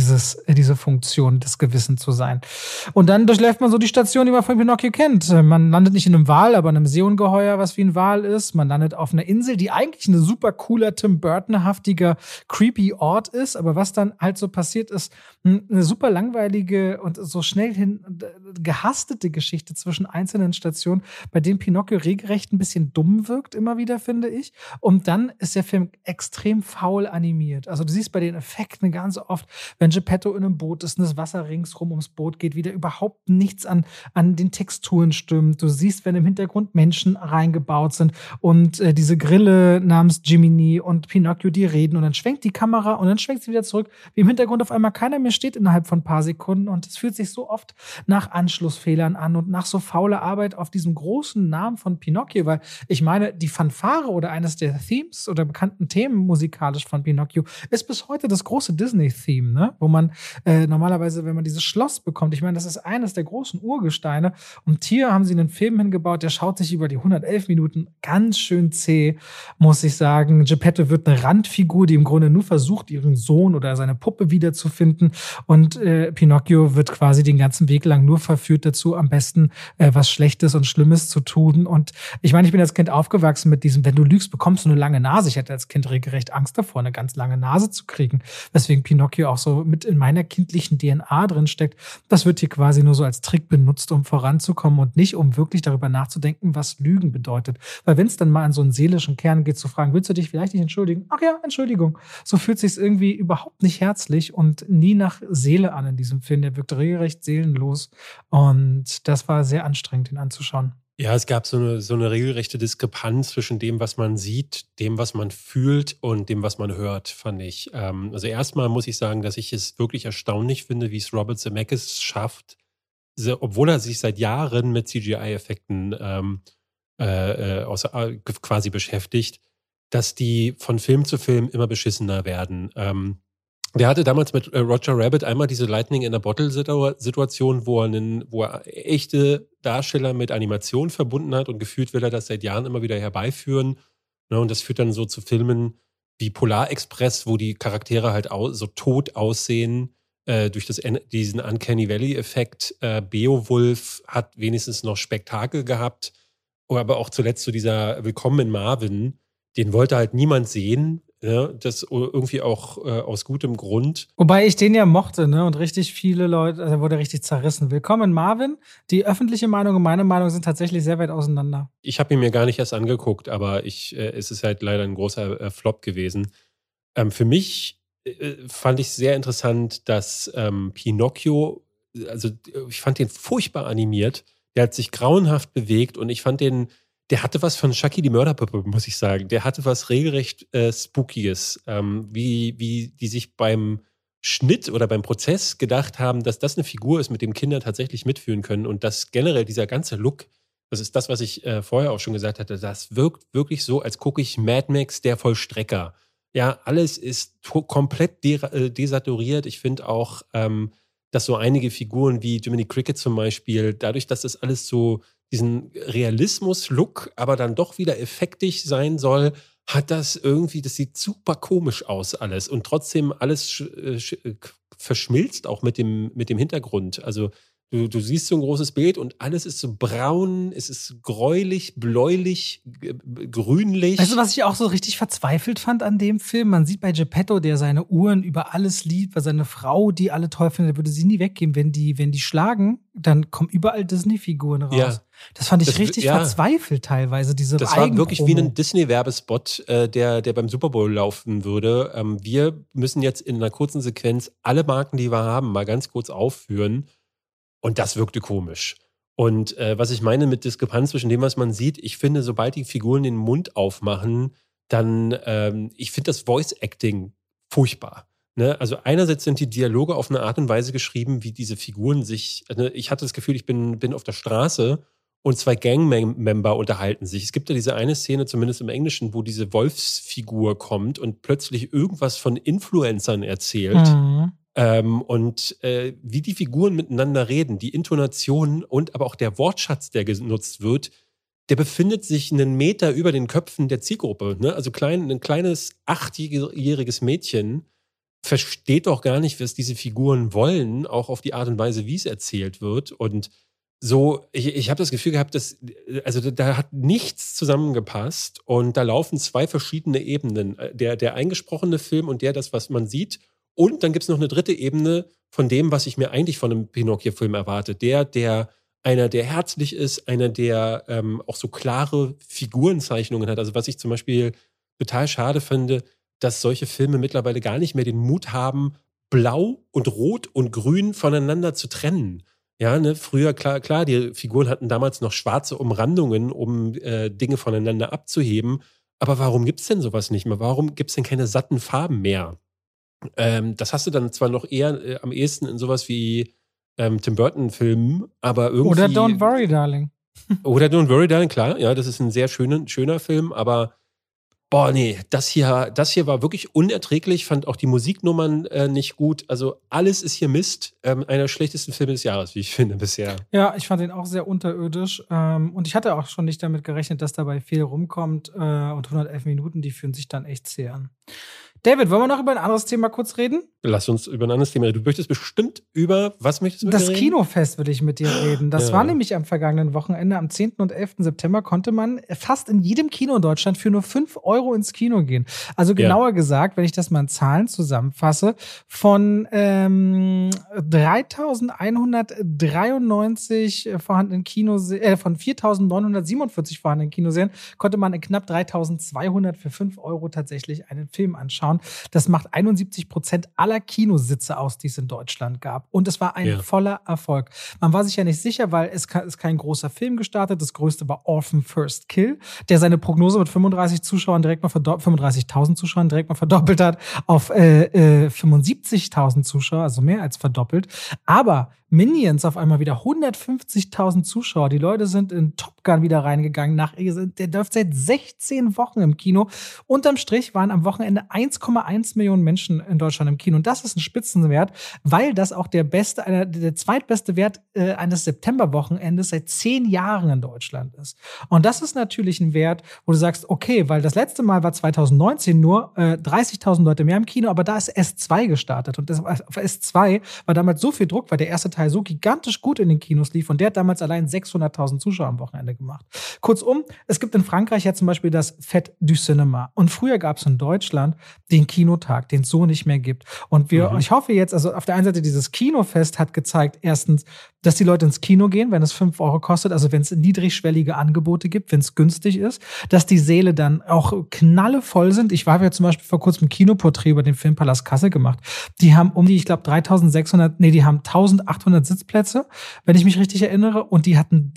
diese Funktion des Gewissens zu sein. Und dann durchläuft man so die Station, die man von Pinocchio kennt. Man landet nicht in einem Wal, aber in einem Seeungeheuer, was wie ein Wal ist. Man landet auf einer Insel, die eigentlich ein super cooler, Tim Burton-haftiger, creepy Ort ist. Aber was dann halt so passiert, ist eine super langweilige und so schnell hin gehastete Geschichte zwischen einzelnen Stationen, bei denen Pinocchio regelrecht ein bisschen dumm wirkt, immer wieder, finde ich. Und dann ist der Film extrem faul animiert. Also du siehst bei den Effekten ganz oft, wenn Geppetto in einem Boot ist und das Wasser ringsrum ums Boot geht, wieder überhaupt nichts an den Texturen stimmt. Du siehst, wenn im Hintergrund Menschen reingebaut sind und diese Grille namens Jiminy und Pinocchio, die reden und dann schwenkt die Kamera und dann schwenkt sie wieder zurück, wie im Hintergrund auf einmal keiner mehr steht innerhalb von ein paar Sekunden und es fühlt sich so oft nach Anschlussfehlern an und nach so fauler Arbeit auf diesem großen Namen von Pinocchio, weil ich meine, die Fanfare oder eines der Themes oder bekannten Themen musikalisch von Pinocchio ist bis heute das große Disney-Theme, ne? Wo man normalerweise, wenn man dieses Schloss bekommt, ich meine, das ist eines der großen Urgesteine und hier haben sie einen Film hingebaut, der schaut sich über die 111 Minuten ganz schön zäh, muss ich sagen. Geppetto wird eine Randfigur, die im Grunde nur versucht, ihren Sohn oder seine Puppe wiederzufinden und Pinocchio wird quasi den ganzen Weg lang nur verführt dazu, am besten was Schlechtes und Schlimmes zu tun. Und ich meine, ich bin als Kind aufgewachsen mit diesem, wenn du lügst, bekommst du eine lange Nase. Ich hatte als Kind regelrecht Angst davor, eine ganz lange Nase zu kriegen, weswegen Pinocchio auch so mit in meiner kindlichen DNA drin steckt. Das wird hier quasi nur so als Trick benutzt, um voranzukommen und nicht, um wirklich darüber nachzudenken, was Lügen bedeutet. Weil wenn es dann mal an so einen seelischen Kern geht, zu fragen, willst du dich vielleicht nicht entschuldigen? Ach ja, Entschuldigung. So fühlt sich irgendwie überhaupt nicht herzlich und nie nach Seele an in diesem Film. Der wirkt regelrecht seelenlos und das war sehr anstrengend, ihn anzuschauen. Ja, es gab so eine regelrechte Diskrepanz zwischen dem, was man sieht, dem, was man fühlt und dem, was man hört, fand ich. Also erstmal muss ich sagen, dass ich es wirklich erstaunlich finde, wie es Robert Zemeckis schafft, obwohl er sich seit Jahren mit CGI-Effekten quasi beschäftigt, dass die von Film zu Film immer beschissener werden. Der hatte damals mit Roger Rabbit einmal diese Lightning in a Bottle-Situation, wo er echte Darsteller mit Animation verbunden hat und gefühlt will er das seit Jahren immer wieder herbeiführen. Ne, und das führt dann so zu Filmen wie Polar Express, wo die Charaktere halt so tot aussehen durch diesen Uncanny Valley-Effekt. Beowulf hat wenigstens noch Spektakel gehabt, aber auch zuletzt so dieser Willkommen in Marvin, den wollte halt niemand sehen. Ja, das irgendwie auch aus gutem Grund. Wobei ich den ja mochte, ne? Und richtig viele Leute, also wurde richtig zerrissen. Willkommen, Marvin. Die öffentliche Meinung und meine Meinung sind tatsächlich sehr weit auseinander. Ich habe ihn mir gar nicht erst angeguckt, aber es ist halt leider ein großer Flop gewesen. Für mich fand ich sehr interessant, dass Pinocchio, also ich fand den furchtbar animiert. Der hat sich grauenhaft bewegt und ich fand der hatte was von Chucky die Mörderpuppe, muss ich sagen. Der hatte was regelrecht Spookiges, wie die sich beim Schnitt oder beim Prozess gedacht haben, dass das eine Figur ist, mit dem Kinder tatsächlich mitfühlen können und dass generell dieser ganze Look, das ist das, was ich vorher auch schon gesagt hatte, das wirkt wirklich so, als gucke ich Mad Max, der Vollstrecker. Ja, alles ist komplett desaturiert. Ich finde auch, dass so einige Figuren wie Jiminy Cricket zum Beispiel, dadurch, dass das alles so diesen Realismus-Look, aber dann doch wieder effektig sein soll, hat das irgendwie, das sieht super komisch aus alles und trotzdem alles verschmilzt auch mit dem Hintergrund. Also du siehst so ein großes Bild und alles ist so braun, es ist gräulich, bläulich, grünlich. Weißt du, was ich auch so richtig verzweifelt fand an dem Film? Man sieht bei Geppetto, der seine Uhren über alles liebt, weil seine Frau, die alle toll findet, würde sie nie weggeben. Wenn die schlagen, dann kommen überall Disney-Figuren raus. Ja. Das fand ich richtig verzweifelt teilweise, diese Das war wirklich wie ein Disney-Werbespot, der beim Super Bowl laufen würde. Wir müssen jetzt in einer kurzen Sequenz alle Marken, die wir haben, mal ganz kurz aufführen. Und das wirkte komisch. Und was ich meine mit Diskrepanz zwischen dem, was man sieht, ich finde, sobald die Figuren den Mund aufmachen, dann, ich finde das Voice-Acting furchtbar. Ne? Also einerseits sind die Dialoge auf eine Art und Weise geschrieben, wie diese Figuren sich, ne? Ich hatte das Gefühl, ich bin auf der Straße und zwei Gang-Member unterhalten sich. Es gibt ja diese eine Szene, zumindest im Englischen, wo diese Wolfsfigur kommt und plötzlich irgendwas von Influencern erzählt. Mhm. Wie die Figuren miteinander reden, die Intonationen und aber auch der Wortschatz, der genutzt wird, der befindet sich einen Meter über den Köpfen der Zielgruppe. Ne? Also ein kleines 8-jähriges Mädchen versteht doch gar nicht, was diese Figuren wollen, auch auf die Art und Weise, wie es erzählt wird. Und so, ich habe das Gefühl gehabt, also da hat nichts zusammengepasst und da laufen zwei verschiedene Ebenen. Der eingesprochene Film und das, was man sieht. Und dann gibt es noch eine dritte Ebene von dem, was ich mir eigentlich von einem Pinocchio-Film erwarte. Einer, der herzlich ist, einer, der auch so klare Figurenzeichnungen hat. Also was ich zum Beispiel total schade finde, dass solche Filme mittlerweile gar nicht mehr den Mut haben, blau und rot und grün voneinander zu trennen. Ja, ne, früher, klar, die Figuren hatten damals noch schwarze Umrandungen, um Dinge voneinander abzuheben. Aber warum gibt's denn sowas nicht mehr? Warum gibt's denn keine satten Farben mehr? Das hast du dann zwar noch eher am ehesten in sowas wie Tim Burton-Filmen, aber irgendwie. Oder Don't Worry, Darling. Oder Don't Worry, Darling, klar. Ja, das ist ein sehr schöner Film, aber boah, nee, das hier war wirklich unerträglich, fand auch die Musiknummern nicht gut. Also alles ist hier Mist. Einer der schlechtesten Filme des Jahres, wie ich finde, bisher. Ja, ich fand den auch sehr unterirdisch. Und ich hatte auch schon nicht damit gerechnet, dass dabei viel rumkommt. Und 111 Minuten, die fühlen sich dann echt zäh an. David, wollen wir noch über ein anderes Thema kurz reden? Lass uns über ein anderes Thema reden. Du möchtest bestimmt was möchtest du mit mir reden? Das Kinofest würde ich mit dir reden. Das war nämlich am vergangenen Wochenende, am 10. und 11. September, konnte man fast in jedem Kino in Deutschland für nur 5 € ins Kino gehen. Also genauer gesagt, wenn ich das mal in Zahlen zusammenfasse, von 3.193 vorhandenen Kinoserien, von 4.947 vorhandenen Kinoserien, konnte man in knapp 3.200 für 5 € tatsächlich einen Film anschauen. Das macht 71% aller Kinositze aus, die es in Deutschland gab. Und es war ein voller Erfolg. Man war sich ja nicht sicher, weil es ist kein großer Film gestartet. Das größte war Orphan First Kill, der seine Prognose mit 35.000 Zuschauern direkt mal verdoppelt hat auf 75.000 Zuschauer, also mehr als verdoppelt. Aber Minions auf einmal wieder 150.000 Zuschauer. Die Leute sind in Top Gun wieder reingegangen. Der läuft seit 16 Wochen im Kino. Unterm Strich waren am Wochenende 1,1 Millionen Menschen in Deutschland im Kino. Und das ist ein Spitzenwert, weil das auch der zweitbeste Wert eines Septemberwochenendes seit 10 Jahren in Deutschland ist. Und das ist natürlich ein Wert, wo du sagst, okay, weil das letzte Mal war 2019 nur 30.000 Leute mehr im Kino, aber da ist S2 gestartet. Und auf S2 war damals so viel Druck, weil der erste Teil so gigantisch gut in den Kinos lief und der hat damals allein 600.000 Zuschauer am Wochenende gemacht. Kurzum, es gibt in Frankreich ja zum Beispiel das Fête du Cinéma. Und früher gab es in Deutschland den Kinotag, den es so nicht mehr gibt. Und ich hoffe jetzt, also auf der einen Seite dieses Kinofest hat gezeigt, erstens, dass die Leute ins Kino gehen, wenn es 5 € kostet, also wenn es niedrigschwellige Angebote gibt, wenn es günstig ist, dass die Säle dann auch knallevoll sind. Ich habe ja zum Beispiel vor kurzem ein Kinoporträt über den Film Palast Kassel gemacht. Die haben ich glaube, 1.800 Sitzplätze, wenn ich mich richtig erinnere, und die hatten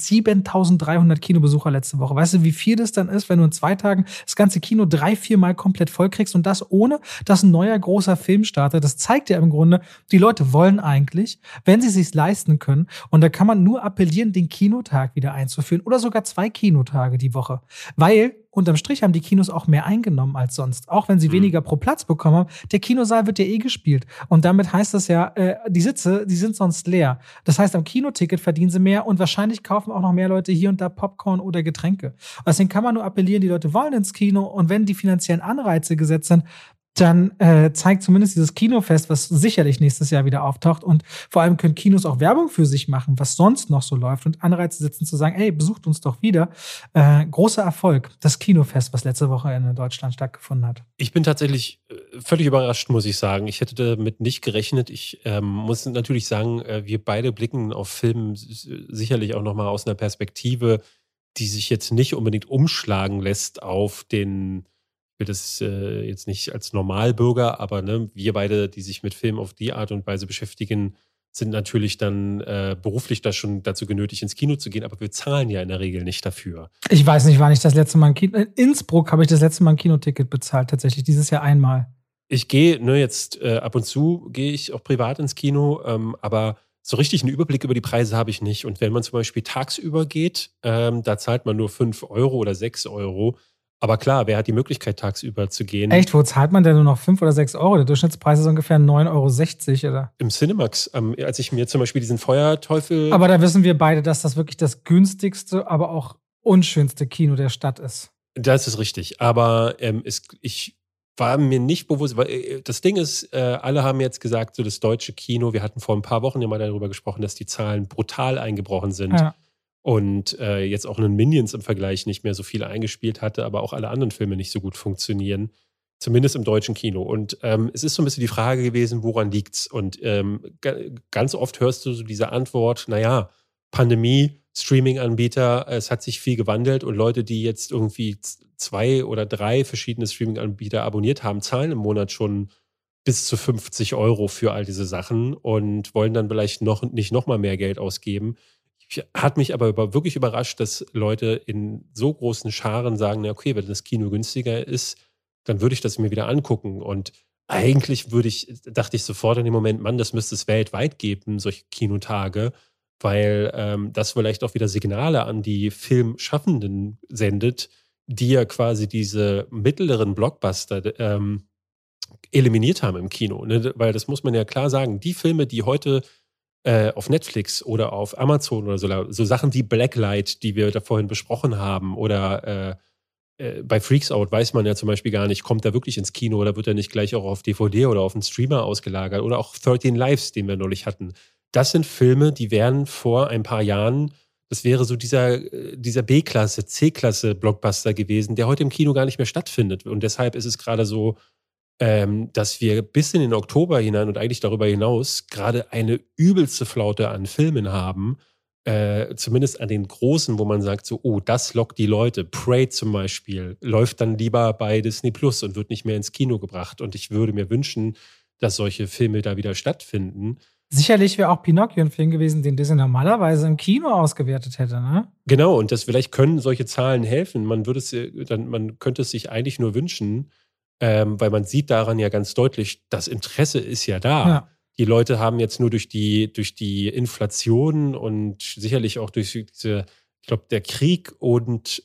7.300 Kinobesucher letzte Woche. Weißt du, wie viel das dann ist, wenn du in 2 Tagen das ganze Kino 3-4 Mal komplett voll kriegst und das ohne, dass ein neuer großer Film startet? Das zeigt ja im Grunde, die Leute wollen eigentlich, wenn sie es sich leisten können, und da kann man nur appellieren, den Kinotag wieder einzuführen oder sogar 2 Kinotage die Woche, weil unterm Strich haben die Kinos auch mehr eingenommen als sonst. Auch wenn sie weniger pro Platz bekommen haben. Der Kinosaal wird ja gespielt. Und damit heißt das ja, die Sitze, die sind sonst leer. Das heißt, am Kinoticket verdienen sie mehr und wahrscheinlich kaufen auch noch mehr Leute hier und da Popcorn oder Getränke. Deswegen kann man nur appellieren, die Leute wollen ins Kino, und wenn die finanziellen Anreize gesetzt sind, dann zeigt zumindest dieses Kinofest, was sicherlich nächstes Jahr wieder auftaucht, und vor allem können Kinos auch Werbung für sich machen, was sonst noch so läuft, und Anreize setzen zu sagen, ey, besucht uns doch wieder. Großer Erfolg, das Kinofest, was letzte Woche in Deutschland stattgefunden hat. Ich bin tatsächlich völlig überrascht, muss ich sagen. Ich hätte damit nicht gerechnet. Ich muss natürlich sagen, wir beide blicken auf Filme sicherlich auch nochmal aus einer Perspektive, die sich jetzt nicht unbedingt umschlagen lässt auf den, ich will das jetzt nicht als Normalbürger, aber ne, wir beide, die sich mit Film auf die Art und Weise beschäftigen, sind natürlich dann beruflich da schon dazu genötigt, ins Kino zu gehen, aber wir zahlen ja in der Regel nicht dafür. Ich weiß nicht, wann ich das letzte Mal in Innsbruck habe ich das letzte Mal ein Kinoticket bezahlt, tatsächlich, dieses Jahr einmal. Ich gehe, jetzt ab und zu gehe ich auch privat ins Kino, aber so richtig einen Überblick über die Preise habe ich nicht. Und wenn man zum Beispiel tagsüber geht, da zahlt man nur 5 € oder 6 €. Aber klar, wer hat die Möglichkeit, tagsüber zu gehen? Echt? Wo zahlt man denn nur noch 5 oder 6 €? Der Durchschnittspreis ist ungefähr 9,60 €, oder? Im Cinemax, als ich mir zum Beispiel diesen Feuerteufel... Aber da wissen wir beide, dass das wirklich das günstigste, aber auch unschönste Kino der Stadt ist. Das ist richtig. Aber ich war mir nicht bewusst, weil das Ding ist, alle haben jetzt gesagt, so das deutsche Kino, wir hatten vor ein paar Wochen ja mal darüber gesprochen, dass die Zahlen brutal eingebrochen sind. Ja. Und jetzt auch einen Minions im Vergleich nicht mehr so viel eingespielt hatte, aber auch alle anderen Filme nicht so gut funktionieren. Zumindest im deutschen Kino. Und es ist so ein bisschen die Frage gewesen, woran liegt's? Und ganz oft hörst du so diese Antwort, naja, Pandemie, Streaming-Anbieter, es hat sich viel gewandelt, und Leute, die jetzt irgendwie 2 oder 3 verschiedene Streaming-Anbieter abonniert haben, zahlen im Monat schon bis zu 50 € für all diese Sachen und wollen dann vielleicht nicht noch mal mehr Geld ausgeben. Hat mich aber wirklich überrascht, dass Leute in so großen Scharen sagen, na okay, wenn das Kino günstiger ist, dann würde ich das mir wieder angucken. Und eigentlich dachte ich sofort in dem Moment, Mann, das müsste es weltweit geben, solche Kinotage, weil das vielleicht auch wieder Signale an die Filmschaffenden sendet, die ja quasi diese mittleren Blockbuster eliminiert haben im Kino. Ne? Weil das muss man ja klar sagen, die Filme, die heute auf Netflix oder auf Amazon oder so Sachen wie Blacklight, die wir da vorhin besprochen haben, oder bei Freaks Out weiß man ja zum Beispiel gar nicht, kommt er wirklich ins Kino oder wird er nicht gleich auch auf DVD oder auf einen Streamer ausgelagert, oder auch 13 Lives, den wir neulich hatten. Das sind Filme, die wären vor ein paar Jahren, das wäre so dieser B-Klasse, C-Klasse Blockbuster gewesen, der heute im Kino gar nicht mehr stattfindet. Und deshalb ist es gerade so, dass wir bis in den Oktober hinein und eigentlich darüber hinaus gerade eine übelste Flaute an Filmen haben, zumindest an den großen, wo man sagt so, oh, das lockt die Leute. Prey zum Beispiel läuft dann lieber bei Disney Plus und wird nicht mehr ins Kino gebracht. Und ich würde mir wünschen, dass solche Filme da wieder stattfinden. Sicherlich wäre auch Pinocchio ein Film gewesen, den Disney normalerweise im Kino ausgewertet hätte, ne? Genau, und vielleicht können solche Zahlen helfen. Man könnte es sich eigentlich nur wünschen, weil man sieht daran ja ganz deutlich, das Interesse ist ja da. Ja. Die Leute haben jetzt nur durch die Inflation und sicherlich auch durch diese, ich glaube, der Krieg und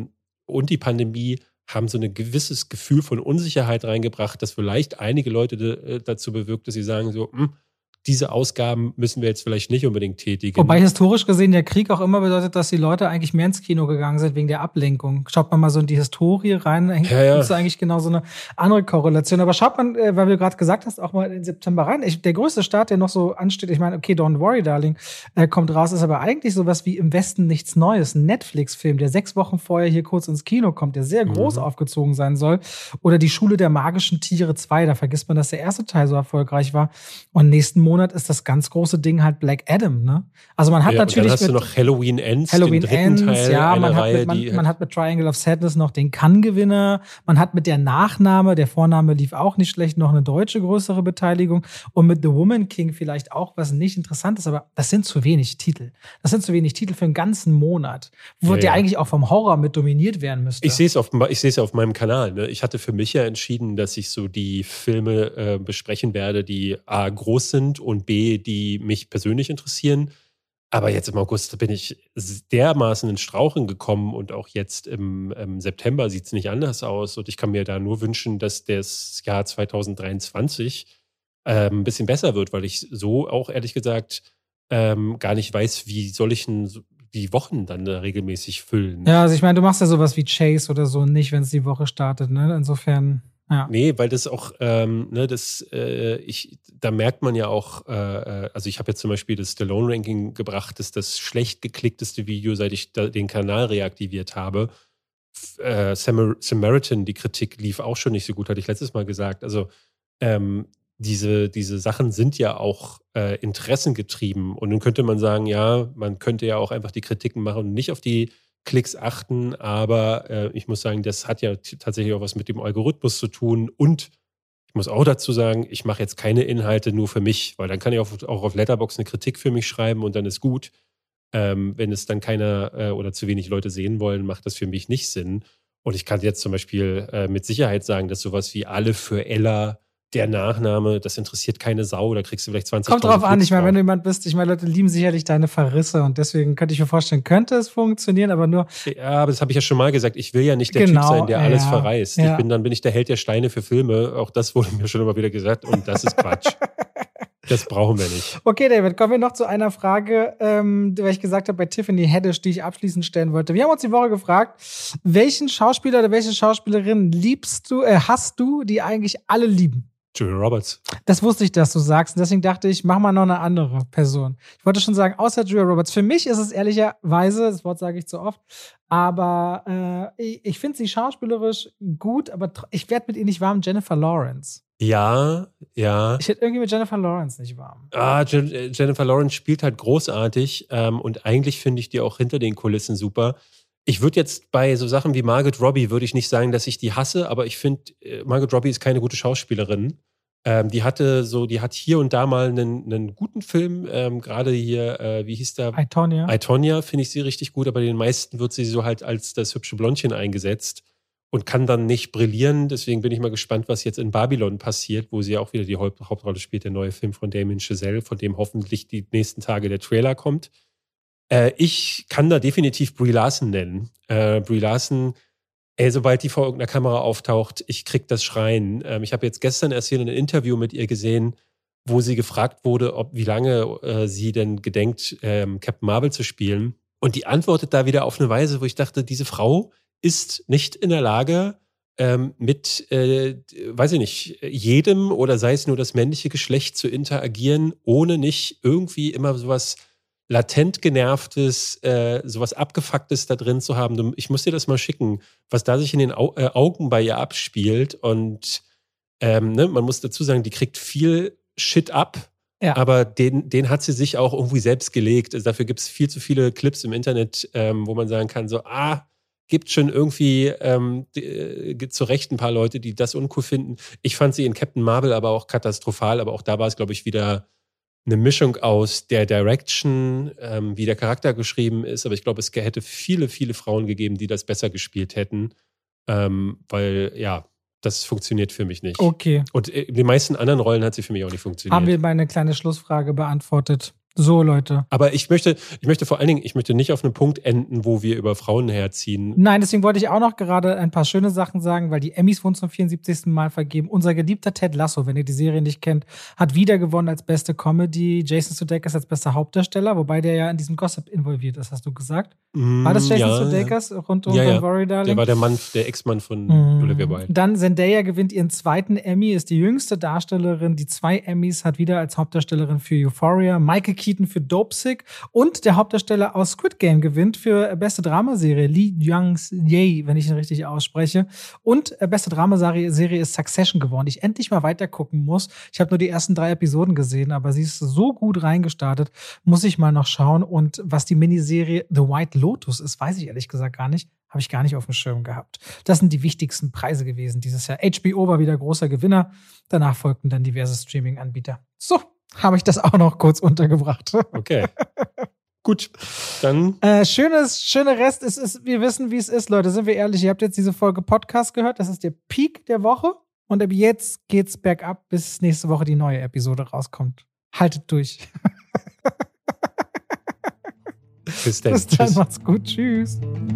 die Pandemie haben so ein gewisses Gefühl von Unsicherheit reingebracht, das vielleicht einige Leute dazu bewirkt, dass sie sagen so, diese Ausgaben müssen wir jetzt vielleicht nicht unbedingt tätigen. Wobei historisch gesehen der Krieg auch immer bedeutet, dass die Leute eigentlich mehr ins Kino gegangen sind wegen der Ablenkung. Schaut man mal so in die Historie rein, gibt es eigentlich genau so eine andere Korrelation. Aber schaut man, weil du gerade gesagt hast, auch mal in den September rein. Der größte Start, der noch so ansteht, ich meine, okay, Don't Worry, Darling, kommt raus, ist aber eigentlich sowas wie Im Westen nichts Neues. Ein Netflix-Film, der 6 Wochen vorher hier kurz ins Kino kommt, der sehr groß aufgezogen sein soll. Oder Die Schule der magischen Tiere 2, da vergisst man, dass der erste Teil so erfolgreich war. Und nächsten Monat ist das ganz große Ding halt Black Adam, ne? Also man hat natürlich. Dann hast du noch Halloween Ends, den dritten Teil ja, man hat mit Triangle of Sadness noch den Cannes-Gewinner, man hat mit der Nachname, der Vorname lief auch nicht schlecht, noch eine deutsche größere Beteiligung und mit The Woman King vielleicht auch, was nicht interessant ist, aber das sind zu wenig Titel. Das sind zu wenig Titel für einen ganzen Monat, wo der eigentlich auch vom Horror mit dominiert werden müsste. Ich sehe es ja auf meinem Kanal, ne? Ich hatte für mich ja entschieden, dass ich so die Filme besprechen werde, die A, groß sind und B, die mich persönlich interessieren. Aber jetzt im August bin ich dermaßen in Straucheln gekommen und auch jetzt im September sieht es nicht anders aus. Und ich kann mir da nur wünschen, dass das Jahr 2023 ein bisschen besser wird, weil ich so auch ehrlich gesagt gar nicht weiß, wie soll ich denn die Wochen dann da regelmäßig füllen. Ja, also ich meine, du machst ja sowas wie Chase oder so nicht, wenn es die Woche startet, ne? Insofern. Ja. Nee, weil das auch, da merkt man ja auch, also ich habe jetzt zum Beispiel das Stallone-Ranking gebracht, das ist das schlecht geklickteste Video, seit ich den Kanal reaktiviert habe. Samaritan, die Kritik lief auch schon nicht so gut, hatte ich letztes Mal gesagt. Also diese Sachen sind ja auch interessengetrieben. Und nun könnte man sagen, ja, man könnte ja auch einfach die Kritiken machen und nicht auf die Klicks achten, aber ich muss sagen, das hat ja tatsächlich auch was mit dem Algorithmus zu tun und ich muss auch dazu sagen, ich mache jetzt keine Inhalte nur für mich, weil dann kann ich auch auf Letterboxd eine Kritik für mich schreiben und dann ist gut. Wenn es dann keiner oder zu wenig Leute sehen wollen, macht das für mich nicht Sinn. Und ich kann jetzt zum Beispiel mit Sicherheit sagen, dass sowas wie Alle für Ella, der Nachname, das interessiert keine Sau, da kriegst du vielleicht 20.000 Kommt drauf an, ich meine, wenn du jemand bist, ich meine, Leute lieben sicherlich deine Verrisse und deswegen könnte ich mir vorstellen, könnte es funktionieren, aber nur. Ja, aber das habe ich ja schon mal gesagt, ich will ja nicht der Typ sein, der alles verreißt. Ja. Dann bin ich der Held der Steine für Filme, auch das wurde mir schon immer wieder gesagt und das ist Quatsch. Das brauchen wir nicht. Okay, David, kommen wir noch zu einer Frage, weil ich gesagt habe, bei Tiffany Haddish, die ich abschließend stellen wollte. Wir haben uns die Woche gefragt, welchen Schauspieler oder welche Schauspielerin hast du, die eigentlich alle lieben? Julia Roberts. Das wusste ich, dass du sagst. Und deswegen dachte ich, mach mal noch eine andere Person. Ich wollte schon sagen, außer Julia Roberts. Für mich ist es ehrlicherweise, das Wort sage ich zu oft, aber ich finde sie schauspielerisch gut, aber ich werde mit ihr nicht warm. Jennifer Lawrence. Ja. Ich hätte irgendwie mit Jennifer Lawrence nicht warm. Jennifer Lawrence spielt halt großartig und eigentlich finde ich die auch hinter den Kulissen super. Ich würde jetzt bei so Sachen wie Margot Robbie würde ich nicht sagen, dass ich die hasse, aber ich finde, Margot Robbie ist keine gute Schauspielerin. Die hat hier und da mal einen guten Film, gerade hier, wie hieß der? I, Tonya finde ich sie richtig gut, aber den meisten wird sie so halt als das hübsche Blondchen eingesetzt und kann dann nicht brillieren. Deswegen bin ich mal gespannt, was jetzt in Babylon passiert, wo sie auch wieder die Hauptrolle spielt, der neue Film von Damien Chazelle, von dem hoffentlich die nächsten Tage der Trailer kommt. Ich kann da definitiv Brie Larson nennen. Brie Larson, sobald die vor irgendeiner Kamera auftaucht, ich krieg das Schreien. Ich habe jetzt gestern erst hier ein Interview mit ihr gesehen, wo sie gefragt wurde, wie lange sie denn gedenkt, Captain Marvel zu spielen. Und die antwortet da wieder auf eine Weise, wo ich dachte, diese Frau ist nicht in der Lage, mit, weiß ich nicht, jedem oder sei es nur das männliche Geschlecht zu interagieren, ohne nicht irgendwie immer sowas latent genervtes, sowas Abgefucktes da drin zu haben. Ich muss dir das mal schicken, was da sich in den Augen bei ihr abspielt. Und man muss dazu sagen, die kriegt viel Shit ab, aber den hat sie sich auch irgendwie selbst gelegt. Also dafür gibt es viel zu viele Clips im Internet, wo man sagen kann, so, gibt schon irgendwie zu Recht ein paar Leute, die das uncool finden. Ich fand sie in Captain Marvel aber auch katastrophal, aber auch da war es, glaube ich, wieder eine Mischung aus der Direction, wie der Charakter geschrieben ist, aber ich glaube, es hätte viele, viele Frauen gegeben, die das besser gespielt hätten, weil, ja, das funktioniert für mich nicht. Okay. Und in den meisten anderen Rollen hat sie für mich auch nicht funktioniert. Haben wir meine kleine Schlussfrage beantwortet. So, Leute. Aber ich möchte vor allen Dingen, nicht auf einen Punkt enden, wo wir über Frauen herziehen. Nein, deswegen wollte ich auch noch gerade ein paar schöne Sachen sagen, weil die Emmys wurden zum 74. Mal vergeben. Unser geliebter Ted Lasso, wenn ihr die Serie nicht kennt, hat wieder gewonnen als beste Comedy. Jason Sudeikis als bester Hauptdarsteller, wobei der ja in diesem Gossip involviert ist, hast du gesagt? War das Jason Sudeikis rund um Don't Worry, Darling? Der war der Ex-Mann von Olivia Wilde. Dann Zendaya gewinnt ihren zweiten Emmy, ist die jüngste Darstellerin, die 2 Emmys hat, wieder als Hauptdarstellerin für Euphoria. Michael Keaton für Dopesick und der Hauptdarsteller aus Squid Game gewinnt für beste Dramaserie, Lee Young-jae, wenn ich ihn richtig ausspreche. Und beste Dramaserie ist Succession geworden, die ich endlich mal weiter gucken muss. Ich habe nur die ersten 3 Episoden gesehen, aber sie ist so gut reingestartet, muss ich mal noch schauen. Und was die Miniserie The White Lotus ist, weiß ich ehrlich gesagt gar nicht. Habe ich gar nicht auf dem Schirm gehabt. Das sind die wichtigsten Preise gewesen dieses Jahr. HBO war wieder großer Gewinner. Danach folgten dann diverse Streaming-Anbieter. So, habe ich das auch noch kurz untergebracht. Okay. Gut, dann. Schöner Rest. Wir wissen, wie es ist, Leute. Sind wir ehrlich, ihr habt jetzt diese Folge Podcast gehört. Das ist der Peak der Woche. Und ab jetzt geht's bergab, bis nächste Woche die neue Episode rauskommt. Haltet durch. Bis dann. Bis dann, macht's gut. Tschüss.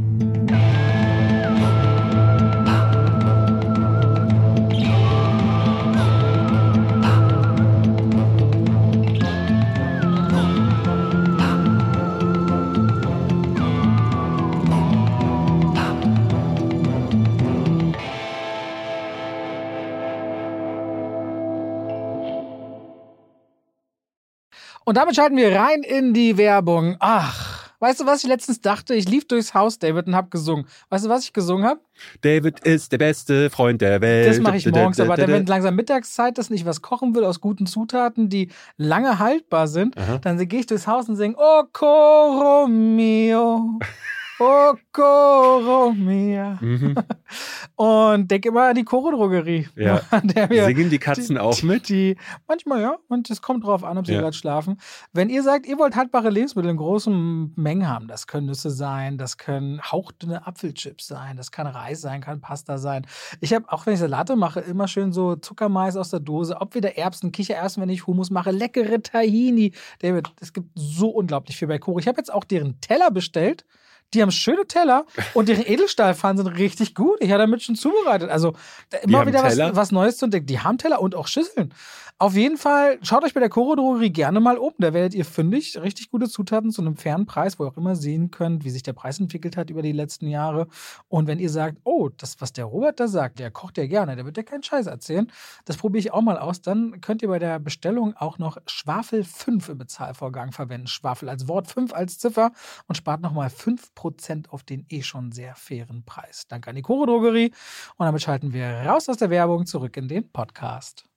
Und damit schalten wir rein in die Werbung. Ach, weißt du, was ich letztens dachte? Ich lief durchs Haus, David, und hab gesungen. Weißt du, was ich gesungen habe? David ist der beste Freund der Welt. Das mache ich morgens, aber dann, wenn langsam Mittagszeit ist und ich was kochen will aus guten Zutaten, die lange haltbar sind, dann gehe ich durchs Haus und singe Oh Coro mio. Oh, Coro mia. Und denke immer an die Coro-Drogerie. Ja. Singen die Katzen auch mit? Manchmal ja. Und es kommt drauf an, ob sie gerade schlafen. Wenn ihr sagt, ihr wollt haltbare Lebensmittel in großen Mengen haben, das können Nüsse sein, das können hauchdünne Apfelchips sein, das kann Reis sein, kann Pasta sein. Ich habe, auch wenn ich Salate mache, immer schön so Zuckermais aus der Dose, ob wieder Erbsen, Kichererbsen, wenn ich Hummus mache, leckere Tahini. David, es gibt so unglaublich viel bei Coro. Ich habe jetzt auch deren Teller bestellt. Die haben schöne Teller und deren Edelstahlpfannen sind richtig gut. Ich habe damit schon zubereitet. Also immer wieder was Neues zu entdecken. Die haben Teller und auch Schüsseln. Auf jeden Fall, schaut euch bei der Coro-Drogerie gerne mal um. Da werdet ihr fündig. Richtig gute Zutaten zu einem fairen Preis, wo ihr auch immer sehen könnt, wie sich der Preis entwickelt hat über die letzten Jahre. Und wenn ihr sagt, oh, das, was der Robert da sagt, der kocht ja gerne, der wird ja keinen Scheiß erzählen, das probiere ich auch mal aus, dann könnt ihr bei der Bestellung auch noch Schwafel 5 im Bezahlvorgang verwenden. Schwafel als Wort, 5 als Ziffer und spart nochmal 5% auf den schon sehr fairen Preis. Danke an die Coro-Drogerie. Und damit schalten wir raus aus der Werbung zurück in den Podcast.